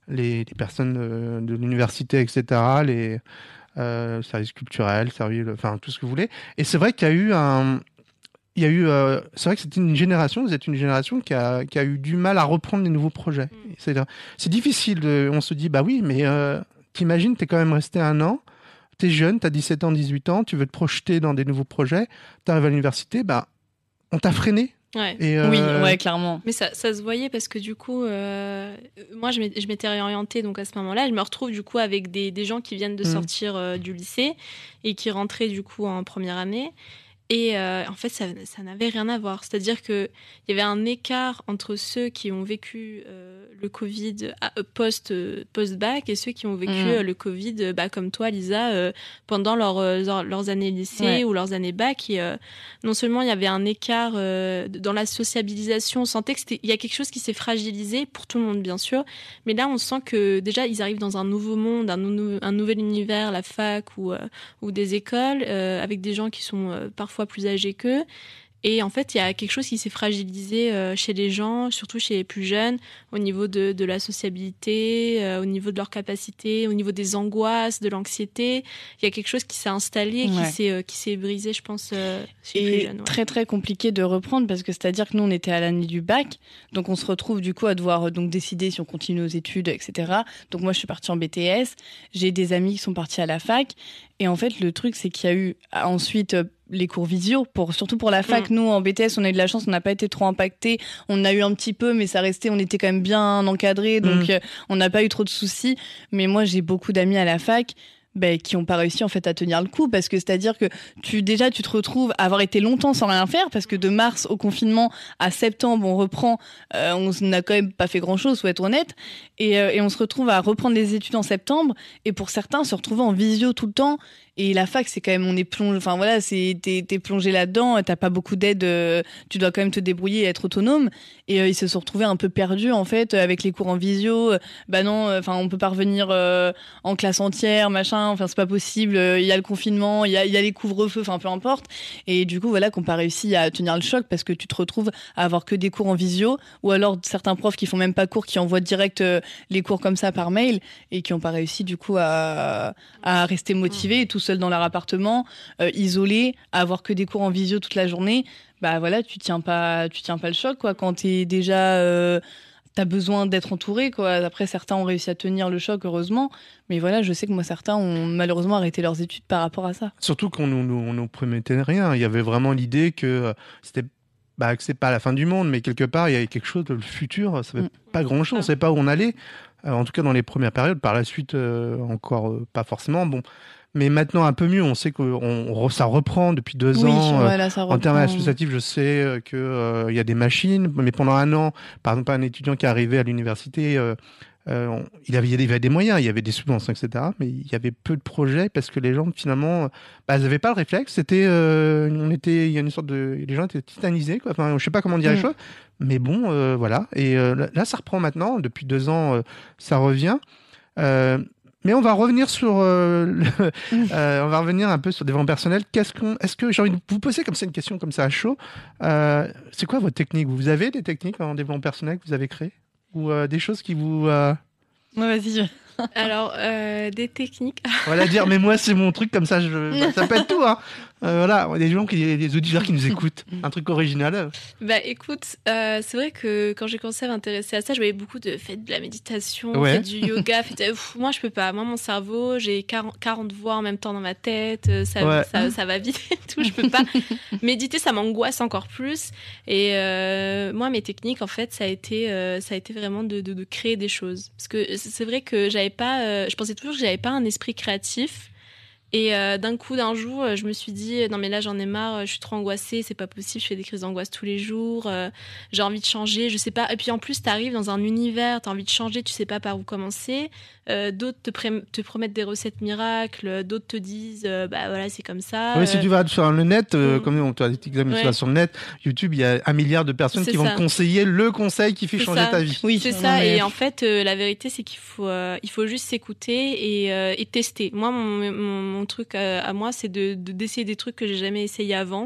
les, les personnes euh, de l'université, et cetera, les euh, services culturels, services, enfin tout ce que vous voulez. Et c'est vrai qu'il y a eu un, il y a eu, euh, c'est vrai que c'est une génération, vous êtes une génération qui a, qui a eu du mal à reprendre les nouveaux projets. Mm. C'est, c'est difficile. De, on se dit, bah oui, mais euh, t'imagines, t'es quand même resté un an. T'es jeune, t'as dix-sept ans, dix-huit ans, tu veux te projeter dans des nouveaux projets, t'arrives à l'université, bah, on t'a freiné. Ouais. Et, euh, Oui, ouais, clairement. Mais ça, ça se voyait parce que du coup, euh, moi je m'étais, je m'étais réorientée donc à ce moment-là. Je me retrouve du coup avec des, des gens qui viennent de Mm. sortir euh, du lycée et qui rentraient du coup en première année. Et euh, en fait, ça, ça n'avait rien à voir. C'est-à-dire qu'il y avait un écart entre ceux qui ont vécu euh, le Covid à- euh, post, euh, post-bac et ceux qui ont vécu Mhm. euh, le Covid, euh, bah, comme toi, Lisa, euh, pendant leur, euh, leurs- leurs années lycée Ouais. ou leurs années bac. Et, euh, non seulement il y avait un écart euh, dans la sociabilisation, on sentait qu'il y a quelque chose qui s'est fragilisé pour tout le monde, bien sûr. Mais là, on sent que déjà, ils arrivent dans un nouveau monde, un, nou- un nouvel univers, la fac ou, euh, ou des écoles, euh, avec des gens qui sont euh, parfois plus âgés qu'eux. Et en fait, il y a quelque chose qui s'est fragilisé euh, chez les gens, surtout chez les plus jeunes, au niveau de, de la sociabilité, euh, au niveau de leur capacité, au niveau des angoisses, de l'anxiété. Il y a quelque chose qui s'est installé, Ouais. qui s'est euh, qui s'est brisé, je pense, euh, chez les plus Et jeunes. ouais. très très compliqué de reprendre parce que c'est-à-dire que nous on était à l'année du bac, donc on se retrouve du coup à devoir euh, donc décider si on continue nos études, et cetera. Donc moi je suis partie en B T S, j'ai des amis qui sont partis à la fac, et en fait le truc c'est qu'il y a eu ah, ensuite euh, les cours visio, pour, surtout pour la fac. Mm. Nous en B T S on a eu de la chance, on n'a pas été trop impactés, on a eu un petit peu mais ça restait, on était quand même bien encadrés, donc Mm. euh, on n'a pas eu trop de soucis. Mais moi j'ai beaucoup d'amis à la fac ben, qui n'ont pas réussi en fait à tenir le coup, parce que c'est-à-dire que tu déjà tu te retrouves à avoir été longtemps sans rien faire, parce que de mars au confinement à septembre on reprend, euh, on n'a quand même pas fait grand-chose, faut être honnête, et, euh, et on se retrouve à reprendre les études en septembre, et pour certains se retrouver en visio tout le temps. Et la fac, c'est quand même, on est plongé, enfin voilà, c'est, t'es, t'es plongé là-dedans, t'as pas beaucoup d'aide, euh, tu dois quand même te débrouiller et être autonome. Et euh, ils se sont retrouvés un peu perdus, en fait, avec les cours en visio. Euh, bah non, enfin, on peut pas revenir euh, en classe entière, machin, enfin, c'est pas possible. Il y a le confinement, il y a, il y a les couvre-feux, enfin, peu importe. Et du coup, voilà, qu'on pas réussi à tenir le choc parce que tu te retrouves à avoir que des cours en visio, ou alors certains profs qui font même pas cours, qui envoient direct euh, les cours comme ça par mail et qui ont pas réussi, du coup, à, à rester motivés et tout seul dans leur appartement, euh, isolé, à avoir que des cours en visio toute la journée. Bah voilà, tu tiens pas, tu tiens pas le choc, quoi. Quand t'es déjà, euh, t'as besoin d'être entouré, quoi. Après, certains ont réussi à tenir le choc, heureusement. Mais voilà, je sais que moi, certains ont malheureusement arrêté leurs études par rapport à ça. Surtout qu'on nous, nous, on nous promettait rien. Il y avait vraiment l'idée que euh, c'était, bah, que c'est pas la fin du monde, mais quelque part, il y avait quelque chose, le futur, ça savait Mm. pas grand-chose, on Ah. savait pas où on allait. Euh, en tout cas, dans les premières périodes, par la suite, euh, encore euh, pas forcément. Bon. Mais maintenant, un peu mieux, on sait que on, on- ça reprend depuis deux Oui, ans. euh, voilà, ça En termes reprend. associatifs, je sais euh, que euh, il y a des machines, mais pendant un an, par exemple, un étudiant qui est arrivé à l'université, euh, euh, on- il, avait, il y avait des moyens, il y avait des subventions, et cetera. Mais il y avait peu de projets parce que les gens, finalement, euh, bah, ils n'avaient pas le réflexe. C'était, euh, on était, il y a une sorte de, les gens étaient titanisés, quoi. Enfin, je sais pas comment dire les Mm. choses, mais bon, euh, voilà. Et euh, là, là, ça reprend maintenant. Depuis deux ans, euh, ça revient. Euh, mais on va revenir sur, euh, le- euh, on va revenir un peu sur développement personnel. Qu'est-ce qu'on, est-ce que j'ai envie de vous poser comme ça une question comme ça à chaud. Euh, c'est quoi votre technique? Vous avez des techniques en développement personnel que vous avez créées ou euh, des choses qui vous, euh, Ouais, vas-y. Alors, euh, des techniques. voilà, dire mais moi c'est mon truc comme ça. Je, bah, ça peut être tout, hein. Euh, voilà, des gens qui, des auditeurs qui nous écoutent, un truc original. Bah écoute, euh, c'est vrai que quand j'ai commencé à m'intéresser à ça, je voyais beaucoup de faites de la méditation, Ouais. faites du yoga, faites... Pff, moi je peux pas. Moi mon cerveau, j'ai quarante, quarante voix en même temps dans ma tête, euh, ça, Ouais. ça, ça va vite et tout, je peux pas. Méditer, ça m'angoisse encore plus. Et euh, moi mes techniques en fait, ça a été, euh, ça a été vraiment de, de, de créer des choses. Parce que c'est vrai que j'avais pas, euh, je pensais toujours que j'avais pas un esprit créatif. Et euh, d'un coup, d'un jour, euh, je me suis dit non mais là j'en ai marre, euh, je suis trop angoissée, c'est pas possible, je fais des crises d'angoisse tous les jours, euh, j'ai envie de changer, je sais pas. Et puis en plus, t'arrives dans un univers, t'as envie de changer, tu sais pas par où commencer. Euh, d'autres te, pré- te promettent des recettes miracles, d'autres te disent euh, bah voilà c'est comme ça. Oui, si euh, tu vas sur le net, euh, Mm. comme on tu as dit, tu Ouais. vas sur le net, YouTube, il y a un milliard de personnes C'est qui vont ça. te conseiller le conseil qui fait C'est changer ça. ta vie. Oui, C'est non, ça, mais- et en fait, euh, la vérité, c'est qu'il faut, euh, il faut juste s'écouter et, euh, et tester. Moi, mon, mon, mon truc euh, à moi, c'est de, de- d'essayer des trucs que j'ai jamais essayé avant.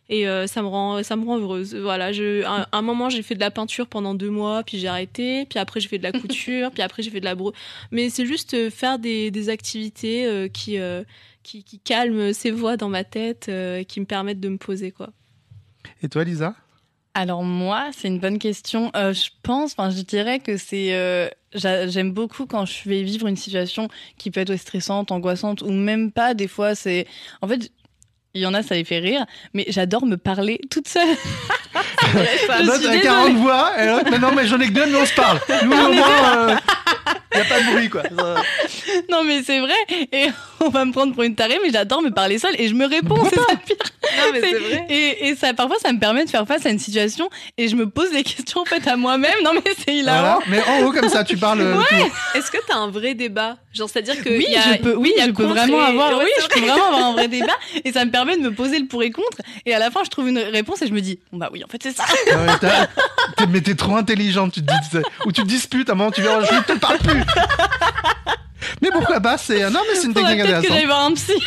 Et euh, ça me rend, ça me rend heureuse. Voilà, je, un, un moment, j'ai fait de la peinture pendant deux mois, puis j'ai arrêté. Puis après, j'ai fait de la couture, puis après, j'ai fait de la bro. Mais c'est juste euh, faire des, des activités euh, qui, euh, qui, qui calment ces voix dans ma tête, euh, qui me permettent de me poser, quoi. Et toi, Lisa ? Alors moi, c'est une bonne question. Euh, je pense, enfin, je dirais que c'est, euh, j'a- j'aime beaucoup quand je vais vivre une situation qui peut être stressante, angoissante, ou même pas. Des fois, c'est, en fait, il y en a, ça les fait rire, mais j'adore me parler toute seule. Je L'autre suis a désolée. quarante voix, et l'autre, mais non, mais j'en ai que deux, mais on se parle. Nous, au moins, il n'y a pas de bruit, quoi. Ça- Non, mais c'est vrai. Et on va me prendre pour une tarée, mais j'adore me parler seule et je me réponds. C'est ça le pire. Non, mais C'est- c'est vrai. Et, et ça, parfois, ça me permet de faire face à une situation et je me pose des questions en fait à moi-même. Non, mais c'est hilarant. Voilà. Mais en haut, comme ça, tu parles. euh, tout. Est-ce que t'as un vrai débat? Genre, c'est-à-dire que. Oui, il y a- je peux, oui, il y a je peux contre vraiment et- avoir, Ouais, oui, c'est je peux vraiment avoir un vrai débat et ça me permet de me poser le pour et contre. Et à la fin, je trouve une réponse et je me dis, bon, bah oui, en fait, c'est ça. Ah ouais, t'as- t'es- mais t'es trop intelligente, tu te dis, ou tu te disputes, à un moment, tu verras, je ne te parle plus. Mais pourquoi pas, c'est, non, mais c'est une Faudrait technique peut-être que intéressante. j'aille voir un psy.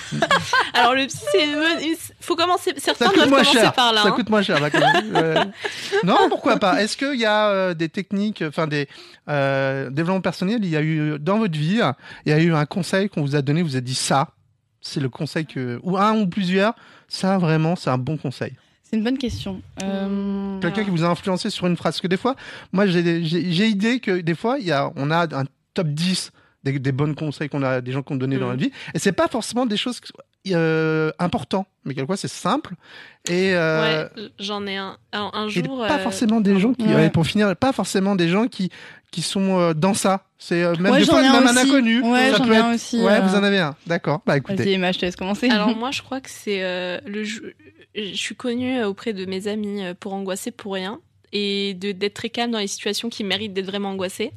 Alors, le psy, c'est. une- Faut commencer. Ça Certains coûte doivent moins commencer cher. par là. Ça hein. coûte moins cher, là, quand même. Ouais. Non, pourquoi pas. Est-ce qu'il y a euh, des techniques, enfin des euh, développements personnels, il y a eu dans votre vie, il y a eu un conseil qu'on vous a donné, vous a dit ça, c'est le conseil que, ou un ou plusieurs, ça vraiment, c'est un bon conseil. C'est une bonne question. Euh... Quelqu'un qui vous a influencé sur une phrase. Parce que des fois, moi, j'ai, j'ai, j'ai idée que des fois, il y a, on a un top dix des, des bons conseils qu'on a, des gens qui ont donné dans Mhm. notre vie. Et c'est pas forcément des choses euh, importantes. Mais quelquefois, c'est simple. Et, euh, Ouais, j'en ai un. Un, un et jour. pas euh, forcément des gens qui, Ouais. ouais, pour finir, pas forcément des gens qui, qui sont euh, dans ça. C'est euh, même Ouais, des j'en fois, ai un même un aussi. inconnu. Ouais, ça j'en peut ai être... un aussi, Ouais, euh. vous en avez un. D'accord. Bah, écoutez. Vas-y, Emma, je te laisse commencer. Alors moi, je crois que c'est euh, le. jou- Je suis connue auprès de mes amis euh, pour angoisser pour rien et de d'être très calme dans les situations qui méritent d'être vraiment angoissée.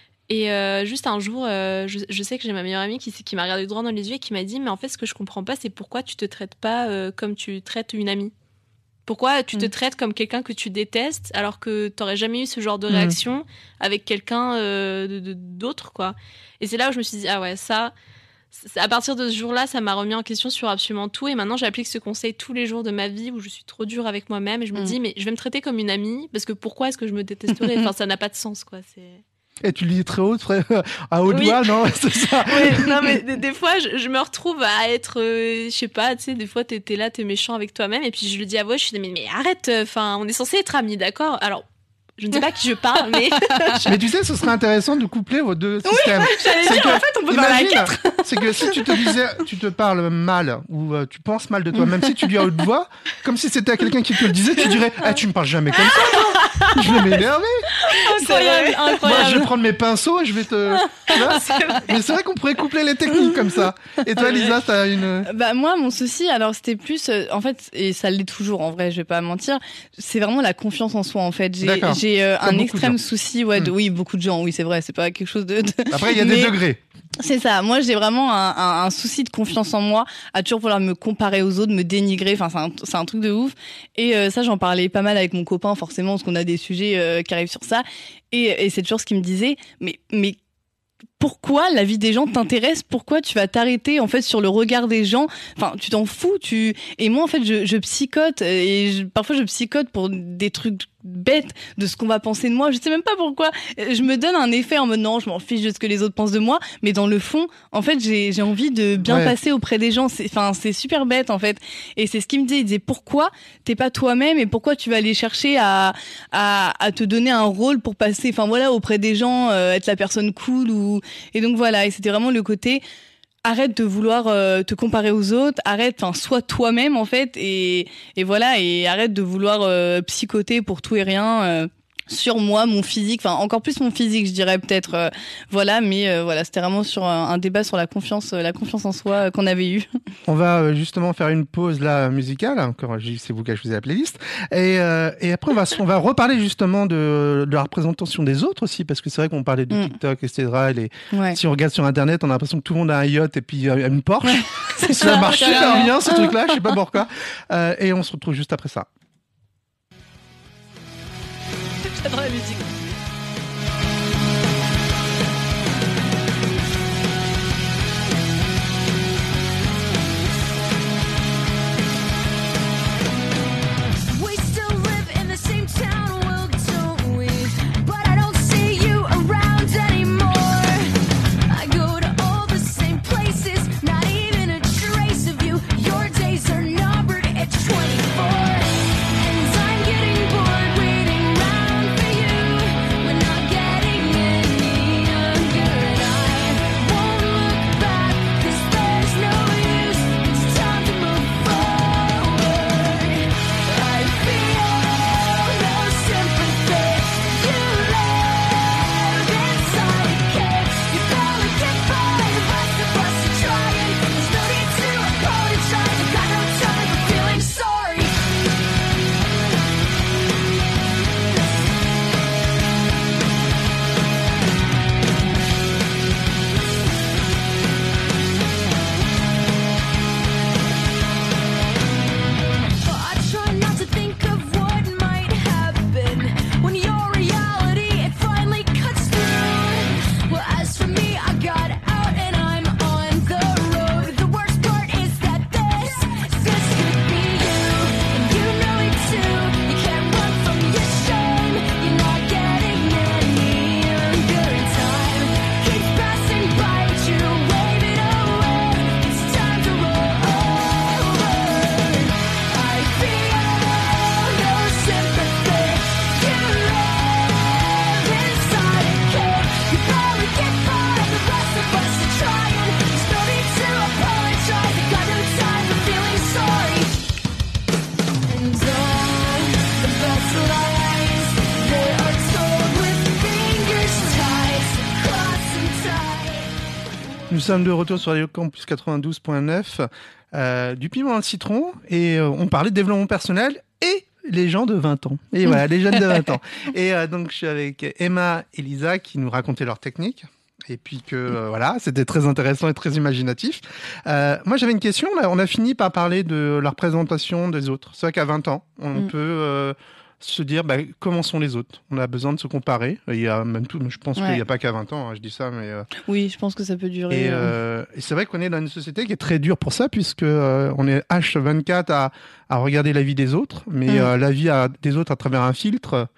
Et euh, juste un jour, euh, je, je sais que j'ai ma meilleure amie qui, qui m'a regardé droit dans les yeux et qui m'a dit, mais en fait, ce que je comprends pas, c'est pourquoi tu te traites pas euh, comme tu traites une amie. Pourquoi tu te Mm. traites comme quelqu'un que tu détestes alors que t'aurais jamais eu ce genre de Mm. réaction avec quelqu'un euh, de- de- d'autre, quoi. Et c'est là où je me suis dit, ah ouais, ça, c'est- à partir de ce jour-là, ça m'a remis en question sur absolument tout. Et maintenant, j'applique ce conseil tous les jours de ma vie où je suis trop dure avec moi-même. Et je me Mm. dis, mais je vais me traiter comme une amie parce que pourquoi est-ce que je me détesterais? Enfin, ça n'a pas de sens, quoi. C'est... Et tu le dis très haut, très, à haute Oui. voix, non? C'est ça. Ouais, non, mais des, des fois, je, je me retrouve à être, euh, je sais pas, tu sais, des fois, t'es, t'es là, t'es méchant avec toi-même, et puis je le dis à voix, je suis mais, mais arrête, enfin, on est censé être amis, d'accord? Alors, je ne sais pas à qui je parle, mais. Mais tu sais, ce serait intéressant de coupler vos deux systèmes. J'allais C'est dire, que, en fait, on peut parler à imagine, quatre. c'est que si tu te disais, tu te parles mal ou euh, tu penses mal de toi, même si tu dis à haute voix, comme si c'était à quelqu'un qui te le disait, tu dirais, ah, tu me parles jamais comme ça, toi. Je vais m'énerver. Incroyable, Moi, je incroyable. vais prendre mes pinceaux et je vais te. Tu vois Mais c'est vrai qu'on pourrait coupler les techniques comme ça. Et toi, Lisa, t'as une. Bah moi mon souci alors c'était plus euh, en fait et ça l'est toujours en vrai je vais pas mentir c'est vraiment la confiance en soi en fait j'ai D'accord. j'ai euh, Comme un beaucoup de extrême gens. souci ouais de, Mm. oui beaucoup de gens oui c'est vrai c'est pas quelque chose de, de- Après, il y a Mais- des degrés. c'est ça moi j'ai vraiment un, un, un souci de confiance en moi à toujours vouloir me comparer aux autres me dénigrer enfin c'est un, c'est un truc de ouf et euh, ça j'en parlais pas mal avec mon copain forcément parce qu'on a des sujets euh, qui arrivent sur ça et, et c'est toujours ce qu'il me disait mais mais pourquoi la vie des gens t'intéresse? Pourquoi tu vas t'arrêter en fait sur le regard des gens? Enfin, tu t'en fous. Tu et moi en fait, je, je psychote et je, parfois je psychote pour des trucs bêtes de ce qu'on va penser de moi. Je sais même pas pourquoi. Je me donne un effet en mode non, je m'en fiche de ce que les autres pensent de moi. Mais dans le fond, en fait, j'ai j'ai envie de bien Ouais. passer auprès des gens. C'est enfin c'est super bête en fait. Et c'est ce qu'il me disait. Il disait pourquoi t'es pas toi-même et pourquoi tu vas aller chercher à à, à te donner un rôle pour passer. Enfin voilà auprès des gens, euh, être la personne cool ou et donc voilà, et c'était vraiment le côté arrête de vouloir euh, te comparer aux autres, arrête, enfin sois toi-même en fait, et, et voilà, et arrête de vouloir euh, psychoter pour tout et rien euh, sur moi, mon physique, enfin encore plus mon physique, je dirais peut-être, euh, voilà, mais euh, voilà, c'était vraiment sur un, un débat sur la confiance, euh, la confiance en soi euh, qu'on avait eu. On va euh, justement faire une pause là musicale. Encore, j'ai- c'est vous qui avez choisi la playlist. Et, euh, et après, on va, on va reparler justement de, de la représentation des autres aussi, parce que c'est vrai qu'on parlait de Mm. TikTok, et cetera. Et les- Ouais. Si on regarde sur Internet, on a l'impression que tout le monde a un yacht et puis euh, une Porsche. C'est Ça ça, marche super carrément. bien, ce truc-là. Je sais pas pourquoi. Euh, et on se retrouve juste après ça. J'adore la musique. Nous sommes de retour sur Radio Campus quatre-vingt-douze point neuf, euh, du piment dans le citron, et euh, on parlait de développement personnel et les gens de vingt ans. Et voilà, les jeunes de vingt ans. Et euh, donc, je suis avec Emma et Lisa qui nous racontaient leurs techniques. Et puis que, euh, voilà, c'était très intéressant et très imaginatif. Euh, moi, j'avais une question. Là, on a fini par parler de la représentation des autres. C'est vrai qu'à vingt ans, on mm. peut euh, se dire bah, comment sont les autres. On a besoin de se comparer. Il y a même tout. Je pense ouais. qu'il n'y a pas qu'à vingt ans. Hein, je dis ça, mais euh... oui, je pense que ça peut durer. Et, euh, et c'est vrai qu'on est dans une société qui est très dure pour ça, puisque euh, on est H vingt-quatre à, à regarder la vie des autres, mais mm. euh, la vie à, des autres à travers un filtre.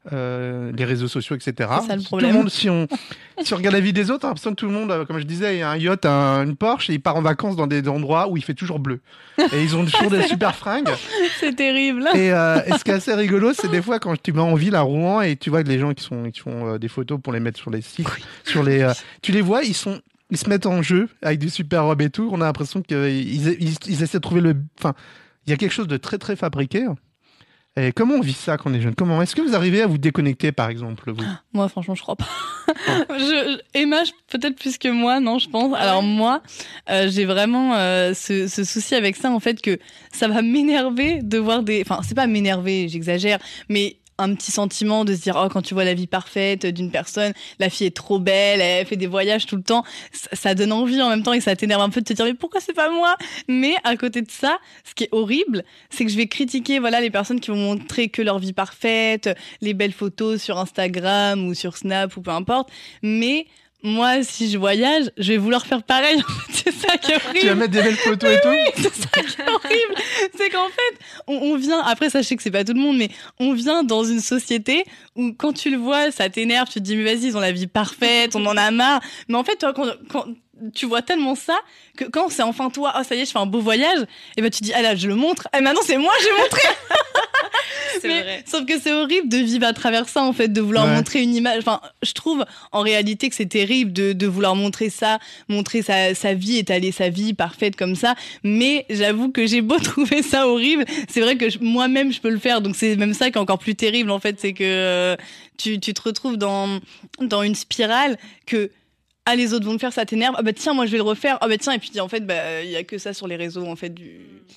Euh, les réseaux sociaux, et cetera. C'est ça le si problème. Tout le monde, si on, si on regarde la vie des autres, on a l'impression que tout le monde, comme je disais, il y a un yacht, un, une Porsche, et il part en vacances dans des endroits où il fait toujours bleu. Et ils ont toujours des super fringues. C'est terrible. Et, euh, et ce qui est assez rigolo, c'est des fois quand tu vas en ville à Rouen et tu vois les gens qui, sont, qui font euh, des photos pour les mettre sur les sites, oui. sur les, euh, tu les vois, ils sont, ils se mettent en jeu avec des super robes et tout. On a l'impression qu'ils ils, ils essaient de trouver le, enfin, il y a quelque chose de très très fabriqué. Et comment on vit ça quand on est jeune ? Comment est-ce que vous arrivez à vous déconnecter, par exemple, vous ? Moi, franchement, je crois pas. je, Emma, peut-être plus que moi, non, je pense. Alors moi, euh, j'ai vraiment euh, ce, ce souci avec ça, en fait, que ça va m'énerver de voir des... Enfin, c'est pas m'énerver, j'exagère, mais un petit sentiment de se dire, oh, quand tu vois la vie parfaite d'une personne, la fille est trop belle, elle fait des voyages tout le temps, ça, ça donne envie en même temps et ça t'énerve un peu de te dire, mais pourquoi c'est pas moi ? Mais à côté de ça, ce qui est horrible, c'est que je vais critiquer, voilà, les personnes qui vont montrer que leur vie parfaite, les belles photos sur Instagram ou sur Snap ou peu importe, mais moi, si je voyage, je vais vouloir faire pareil. C'est ça qui est horrible. Tu vas mettre des belles photos et tout. Oui, c'est ça qui est horrible. C'est qu'en fait, on, on vient, après ça, je sais que c'est pas tout le monde, mais on vient dans une société où quand tu le vois, ça t'énerve, tu te dis, mais vas-y, ils ont la vie parfaite, on en a marre. Mais en fait, toi, quand, quand tu vois tellement ça, que quand c'est enfin toi, oh, ça y est, je fais un beau voyage, et ben, tu dis, ah là, je le montre. Et maintenant, c'est moi, je vais montrer. C'est mais, vrai. Sauf que c'est horrible de vivre à travers ça, en fait, de vouloir ouais. montrer une image. Enfin, je trouve en réalité que c'est terrible de, de vouloir montrer ça, montrer sa, sa vie, étaler sa vie parfaite comme ça. Mais j'avoue que j'ai beau trouver ça horrible, c'est vrai que je, moi-même je peux le faire. Donc c'est même ça qui est encore plus terrible, en fait, c'est que euh, tu, tu te retrouves dans, dans une spirale que ah, les autres vont le faire, ça t'énerve. Ah bah tiens, moi je vais le refaire. Ah bah tiens, et puis en fait, bah il y a que ça sur les réseaux, en fait, du.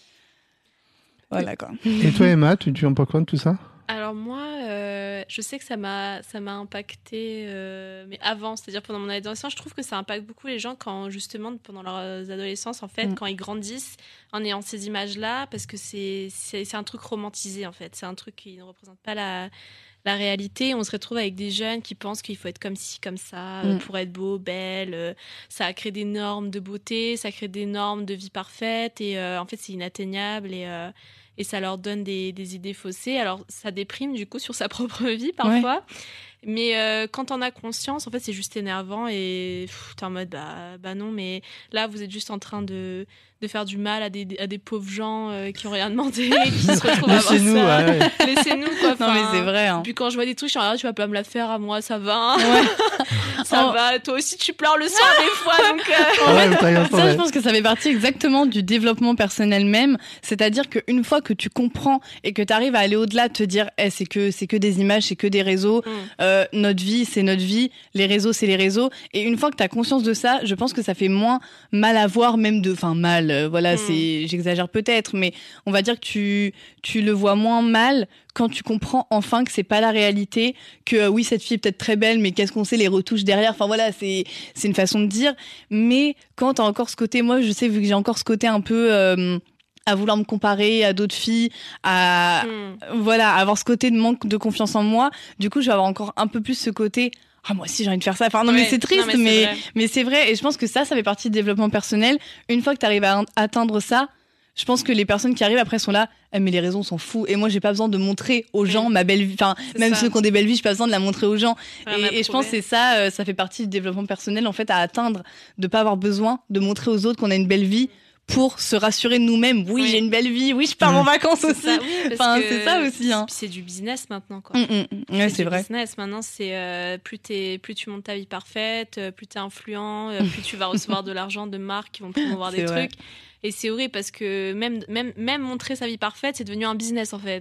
Voilà quoi. Et toi Emma, tu, tu en penses quoi de tout ça ? Alors moi, euh, je sais que ça m'a, ça m'a impacté, euh, mais avant, c'est-à-dire pendant mon adolescence, je trouve que ça impacte beaucoup les gens quand justement pendant leur adolescence, en fait, mm. quand ils grandissent en ayant ces images-là, parce que c'est, c'est, c'est un truc romantisé en fait, c'est un truc qui ne représente pas la, la réalité. On se retrouve avec des jeunes qui pensent qu'il faut être comme ci, comme ça, mm. pour être beau, belle. Euh, ça crée des normes de beauté, ça crée des normes de vie parfaite, et euh, en fait, c'est inatteignable et euh, et ça leur donne des, des idées faussées. Alors, ça déprime, du coup, sur sa propre vie, parfois. Ouais. Mais euh, quand on a conscience, en fait, c'est juste énervant et pff, t'es en mode, bah, bah non, mais là, vous êtes juste en train de, de faire du mal à des, à des pauvres gens euh, qui n'ont rien demandé, qui se retrouvent à avoir Laissez-nous, ça. Ouais. Laissez-nous, quoi. Non, mais c'est vrai. Hein. Puis quand je vois des trucs, je suis en train, tu vas pas me la faire à moi, ça va. Ouais. ça oh. va. Toi aussi, tu pleures le soir des fois, donc... Euh... En fait, ça, je pense que ça fait partie exactement du développement personnel même. C'est-à-dire qu'une fois que tu comprends et que tu arrives à aller au-delà, te dire, hey, c'est que, c'est que des images, c'est que des réseaux, mm. euh, notre vie, c'est notre vie, les réseaux, c'est les réseaux. Et une fois que tu as conscience de ça, je pense que ça fait moins mal à voir, même de... Enfin, mal, euh, voilà, mm. c'est, j'exagère peut-être, mais on va dire que tu, tu le vois moins mal quand tu comprends enfin que c'est pas la réalité, que euh, oui, cette fille est peut-être très belle, mais qu'est-ce qu'on sait, les retouches derrière, enfin voilà, c'est, c'est une façon de dire. Mais quand t'as encore ce côté, moi, je sais, vu que j'ai encore ce côté un peu... Euh, à vouloir me comparer à d'autres filles, à mm. voilà, à avoir ce côté de manque de confiance en moi. Du coup, je vais avoir encore un peu plus ce côté ah, moi aussi j'ai envie de faire ça. Enfin non, ouais, mais c'est triste, non, mais, mais, c'est mais c'est vrai. Et je pense que ça, ça fait partie du développement personnel. Une fois que tu arrives à atteindre ça, je pense que les personnes qui arrivent après sont là, eh, mais les raisons s'en foutent. Et moi, j'ai pas besoin de montrer aux gens oui. ma belle vie. Enfin, même ça. Ceux qui ont des belles vies, j'ai pas besoin de la montrer aux gens. Ouais, et, et je pense que c'est ça, euh, ça fait partie du développement personnel, en fait, à atteindre, de pas avoir besoin de montrer aux autres qu'on a une belle vie. Pour se rassurer de nous-mêmes, oui, oui, j'ai une belle vie, oui, je pars mmh. en vacances c'est aussi. Ça, oui, enfin, c'est ça aussi. Hein. C'est du business maintenant, quoi. Mmh, mmh. Ouais, c'est, c'est vrai. Business maintenant, c'est euh, plus t'es, plus tu montes ta vie parfaite, euh, plus t'es influent, euh, plus tu vas recevoir de l'argent de marques qui vont promouvoir des vrai. trucs. Et c'est horrible parce que même, même, même montrer sa vie parfaite, c'est devenu un business en fait.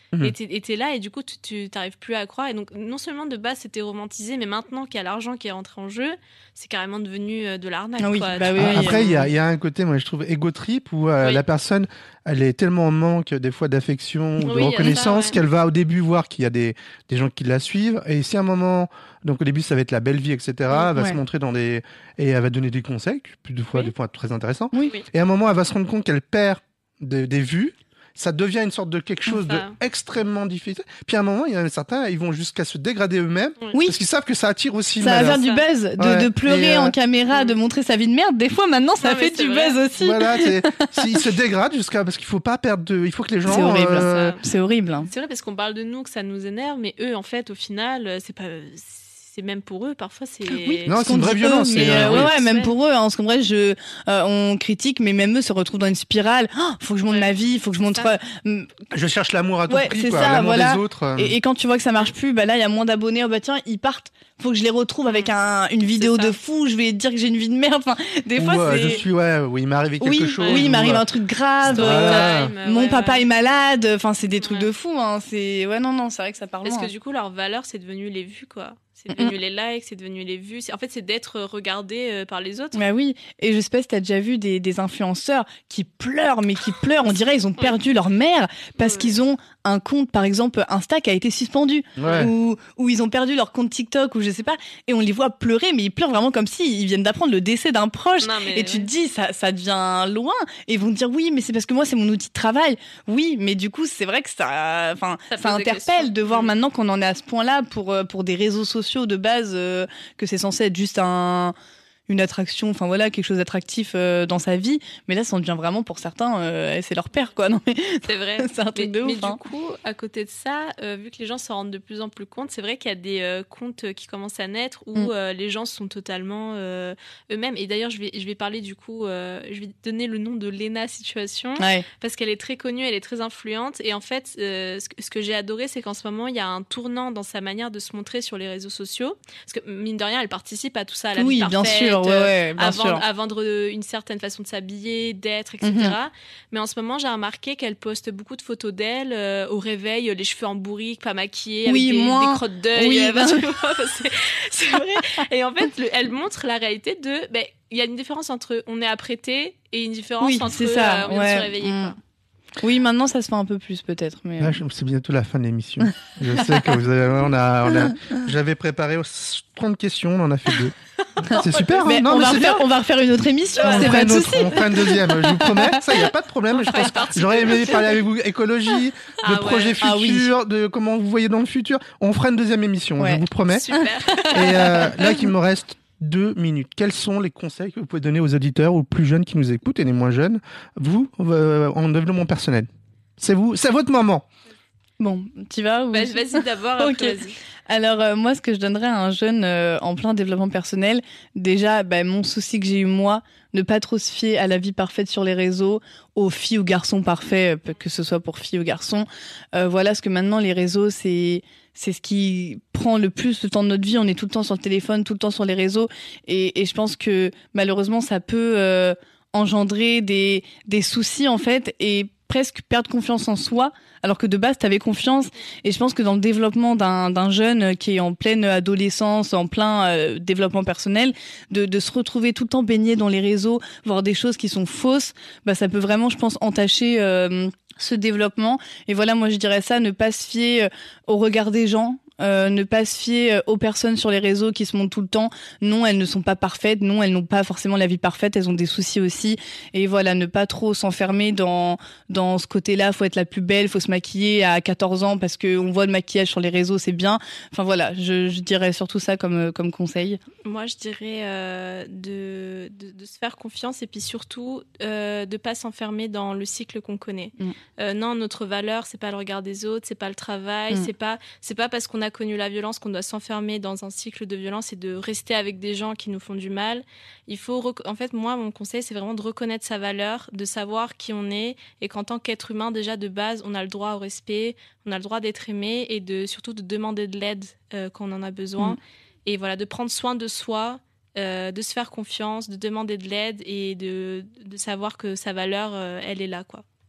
Mhm. Et, t'es, et t'es là et du coup tu, tu t'arrives plus à croire. Et donc non seulement de base c'était romantisé, mais maintenant qu'il y a l'argent qui est rentré en jeu, c'est carrément devenu euh, de l'arnaque. Ah oui, quoi. bah Tu oui, vois, oui, Après, euh, il y a, il y a un côté, moi je trouve, égo trip où euh, Oui. la personne, elle est tellement en manque des fois d'affection ou de Oui, il y a ça, reconnaissance ouais. qu'elle va au début voir qu'il y a des, des gens qui la suivent. Et si à un moment, donc au début ça va être la belle vie, et cetera, elle va Ouais. se montrer dans des... Et elle va donner des conseils, qui, plus de fois, Oui. des fois très intéressants. Oui. Oui. Et à un moment, elle va se rendre compte qu'elle perd de- des vues. Ça devient une sorte de quelque chose Ça. d'extrêmement difficile. Puis à un moment, il y en a certains, ils vont jusqu'à se dégrader eux-mêmes Oui. parce qu'ils savent que ça attire aussi le Ça va malheur. faire du buzz, de, Ouais. de pleurer Et, euh, en caméra, de montrer sa vie de merde. Des fois, maintenant, ça Non, mais fait c'est du vrai. buzz aussi. Voilà, c'est- s'ils se dégradent jusqu'à parce qu'il faut pas perdre de, il faut que les gens. C'est horrible. euh, Ça. C'est horrible. hein. C'est vrai parce qu'on parle de nous que ça nous énerve, mais eux en fait au final c'est pas, c'est même pour eux parfois c'est. Oui, Non, ce c'est qu'on une vraie dit violence, eux, c'est, mais euh, euh, ouais, oui. ouais, même Ouais. pour eux, hein, parce qu'en vrai, je, euh, on critique, mais même eux se retrouvent dans une spirale. Oh, faut que je montre Ouais. ma vie, faut que je montre. Ça. euh, Je cherche l'amour à tout Ouais, prix, c'est quoi, ça, l'amour voilà. des autres. euh. Et, et quand tu vois que ça marche plus, bah là, il y a moins d'abonnés. Oh bah tiens, ils partent. Faut que je les retrouve avec un, une vidéo ça. de fou. Je vais dire que j'ai une vie de merde. Enfin, des Ou, fois, euh, c'est. je suis ouais, oui, il m'est arrivé quelque Oui, chose. oui, il ou, m'arrive euh, un truc grave. Story euh, time, euh, Mon ouais, papa ouais. est malade. Enfin, c'est des trucs Ouais. de fou. Hein. C'est ouais, non, non, c'est vrai que ça parle Parce loin. que du coup leur valeur c'est devenu les vues quoi. C'est Mm-mm. devenu les likes, c'est devenu les vues. C'est- En fait c'est d'être regardé euh, par les autres. Bah oui, et je sais pas si t'as déjà vu des, des influenceurs qui pleurent, mais qui pleurent, on dirait ils ont perdu leur mère parce Ouais. qu'ils ont un compte, par exemple Insta, qui a été suspendu, Ouais. ou, ou ils ont perdu leur compte TikTok, ou je sais pas, et on les voit pleurer, mais ils pleurent vraiment comme si ils viennent d'apprendre le décès d'un proche. Non, mais Et tu ouais. te dis, ça, ça devient loin, et ils vont te dire, oui, mais c'est parce que moi, c'est mon outil de travail. Oui, mais du coup, c'est vrai que ça, enfin, Ça ça, pose des interpelle questions. de voir Mm. maintenant qu'on en est à ce point-là pour, euh, pour des réseaux sociaux de base, euh, que c'est censé être juste un, une attraction, enfin voilà, quelque chose d'attractif euh, dans sa vie. Mais là, ça en devient vraiment pour certains, euh, c'est leur père, quoi. Non, mais C'est vrai. c'est un truc Mais, de mais ouf. du hein. coup, à côté de ça, euh, vu que les gens s'en rendent de plus en plus compte, c'est vrai qu'il y a des euh, comptes qui commencent à naître où Mm. euh, les gens sont totalement euh, eux-mêmes. Et d'ailleurs, je vais, je vais parler du coup, euh, je vais donner le nom de Lena Situation Ouais. parce qu'elle est très connue, elle est très influente. Et en fait, euh, ce que, ce que j'ai adoré, c'est qu'en ce moment, il y a un tournant dans sa manière de se montrer sur les réseaux sociaux. Parce que mine de rien, elle participe à tout ça, à la Oui, vie bien parfaite, sûr, ouais, euh, ouais, bien à, sûr. vendre, à vendre une certaine façon de s'habiller, d'être, et cetera. Mais en ce moment, j'ai remarqué qu'elle poste beaucoup de photos d'elle euh, au réveil, les cheveux en bourrique, pas maquillée, Oui, avec des, moi. des crottes d'œil. Oui, euh, ben- tu vois, c'est, c'est vrai. Et en fait, le- elle montre la réalité de... Ben, il y a une différence entre on est apprêté et une différence Oui, entre c'est ça. euh, on vient ouais. de se réveiller. Mm. Quoi. Oui, maintenant, ça se fait un peu plus, peut-être. Mais... Là, je- c'est bientôt la fin de l'émission. Je sais que vous avez, on a, on a, j'avais préparé trente questions, on en a fait deux. C'est super, hein. Mais Non, on, mais va c'est refaire, bien. on va refaire une autre émission, On c'est fera pas une de autre- souci. on fera une deuxième, je vous promets. Ça, il n'y a pas de problème. On Je fera pense, une partie j'aurais deux. aimé parler avec vous écologie, de Ah ouais. projets Ah oui. futurs, de comment vous voyez dans le futur. On fera une deuxième émission, Ouais. je vous promets. Super. Et euh, là, qu'il me reste deux minutes. Quels sont les conseils que vous pouvez donner aux auditeurs, aux plus jeunes qui nous écoutent et les moins jeunes, vous, euh, en développement personnel? C'est vous, c'est votre moment. Bon, tu vas ou... Bah, vas-y d'abord, après, Ok. vas-y. Alors euh, moi, ce que je donnerais à un jeune euh, en plein développement personnel, déjà, bah, mon souci que j'ai eu moi, ne pas trop se fier à la vie parfaite sur les réseaux, aux filles ou garçons parfaits, euh, que ce soit pour filles ou garçons. Euh, voilà, parce que maintenant les réseaux, c'est c'est ce qui prend le plus le temps de notre vie. On est tout le temps sur le téléphone, tout le temps sur les réseaux, et, et je pense que malheureusement, ça peut euh, engendrer des des soucis en fait, et presque perdre confiance en soi, alors que de base, tu avais confiance. Et je pense que dans le développement d'un, d'un jeune qui est en pleine adolescence, en plein euh, développement personnel, de, de se retrouver tout le temps baigné dans les réseaux, voir des choses qui sont fausses, bah, ça peut vraiment, je pense, entacher euh, ce développement. Et voilà, moi, je dirais ça, ne pas se fier euh, au regard des gens, Euh, ne pas se fier euh, aux personnes sur les réseaux qui se montrent tout le temps. Non, elles ne sont pas parfaites. Non, elles n'ont pas forcément la vie parfaite. Elles ont des soucis aussi. Et voilà, ne pas trop s'enfermer dans dans ce côté-là. Faut être la plus belle, faut se maquiller à quatorze ans parce que on voit le maquillage sur les réseaux, c'est bien. Enfin voilà, je, je dirais surtout ça comme comme conseil. Moi, je dirais euh, de, de, de se faire confiance et puis surtout euh, de pas s'enfermer dans le cycle qu'on connaît. Mm. Euh, non, notre valeur, c'est pas le regard des autres, c'est pas le travail, Mm. c'est pas c'est pas parce qu'on a connu la violence qu'on doit s'enfermer dans un cycle de violence et de rester avec des gens qui nous font du mal. Il faut rec- en fait, moi, mon conseil, c'est vraiment de reconnaître sa valeur, de savoir qui on est et qu'en tant qu'être humain, déjà de base, on a le droit au respect, on a le droit d'être aimé et de surtout de demander de l'aide euh, quand on en a besoin. Mm. Et voilà, de prendre soin de soi, euh, de se faire confiance, de demander de l'aide et de, de savoir que sa valeur, euh, elle est là, quoi.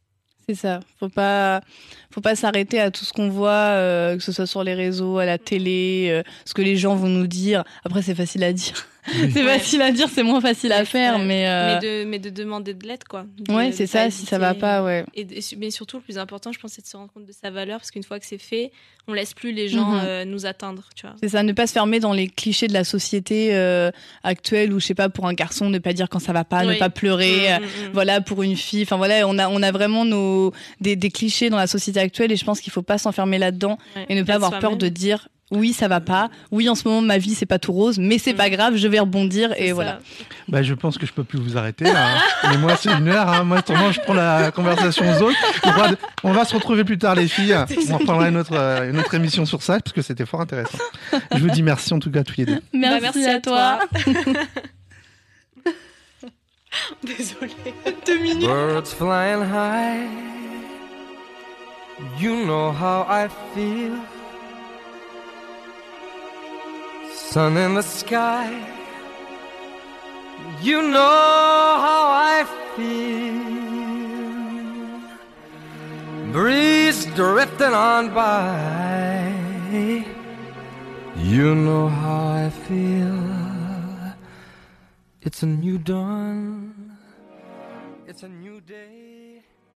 C'est ça. Faut pas, faut pas s'arrêter à tout ce qu'on voit, euh, que ce soit sur les réseaux, à la télé, euh, ce que les gens vont nous dire. Après, c'est facile à dire. Oui. c'est Ouais. facile à dire, c'est moins facile à faire, Ouais. mais. Euh... mais, de, mais de demander de l'aide, quoi. De- Ouais, de c'est pas ça. Si ça va hésiter. pas, ouais. Et, de- mais surtout, le plus important, je pense, c'est de se rendre compte de sa valeur, parce qu'une fois que c'est fait, on laisse plus les gens Mhm. euh, nous atteindre, tu vois. C'est ça, ne pas se fermer dans les clichés de la société euh, actuelle où, je sais pas, pour un garçon, ne pas dire quand ça va pas, ne Oui. pas pleurer. Mm, euh, mm, mm. Voilà, pour une fille. Enfin voilà, on a, on a vraiment nos, des, des clichés dans la société actuelle et je pense qu'il faut pas s'enfermer là-dedans Ouais. et ne pas Être avoir peur soi-même. de dire oui, ça va pas. Oui, en ce moment, ma vie, c'est pas tout rose, mais c'est Mm. pas grave, je vais rebondir C'est et ça. voilà. Bah, je pense que je peux plus vous arrêter. Là, hein. Mais moi, c'est une heure. Hein. Moi, autrement, je prends la conversation aux autres. On va, on va se retrouver plus tard, les filles. On reprendra une autre, euh, une autre émission sur ça parce que c'était fort intéressant. Je vous dis merci en tout cas tous les deux. Merci, Bah, merci à, à toi. Désolée. Deux minutes. Birds flying high, you know how I feel. Sun in the sky, you know how I feel. Breeze drifting on by, you know how I feel. It's a new dawn, it's a new day.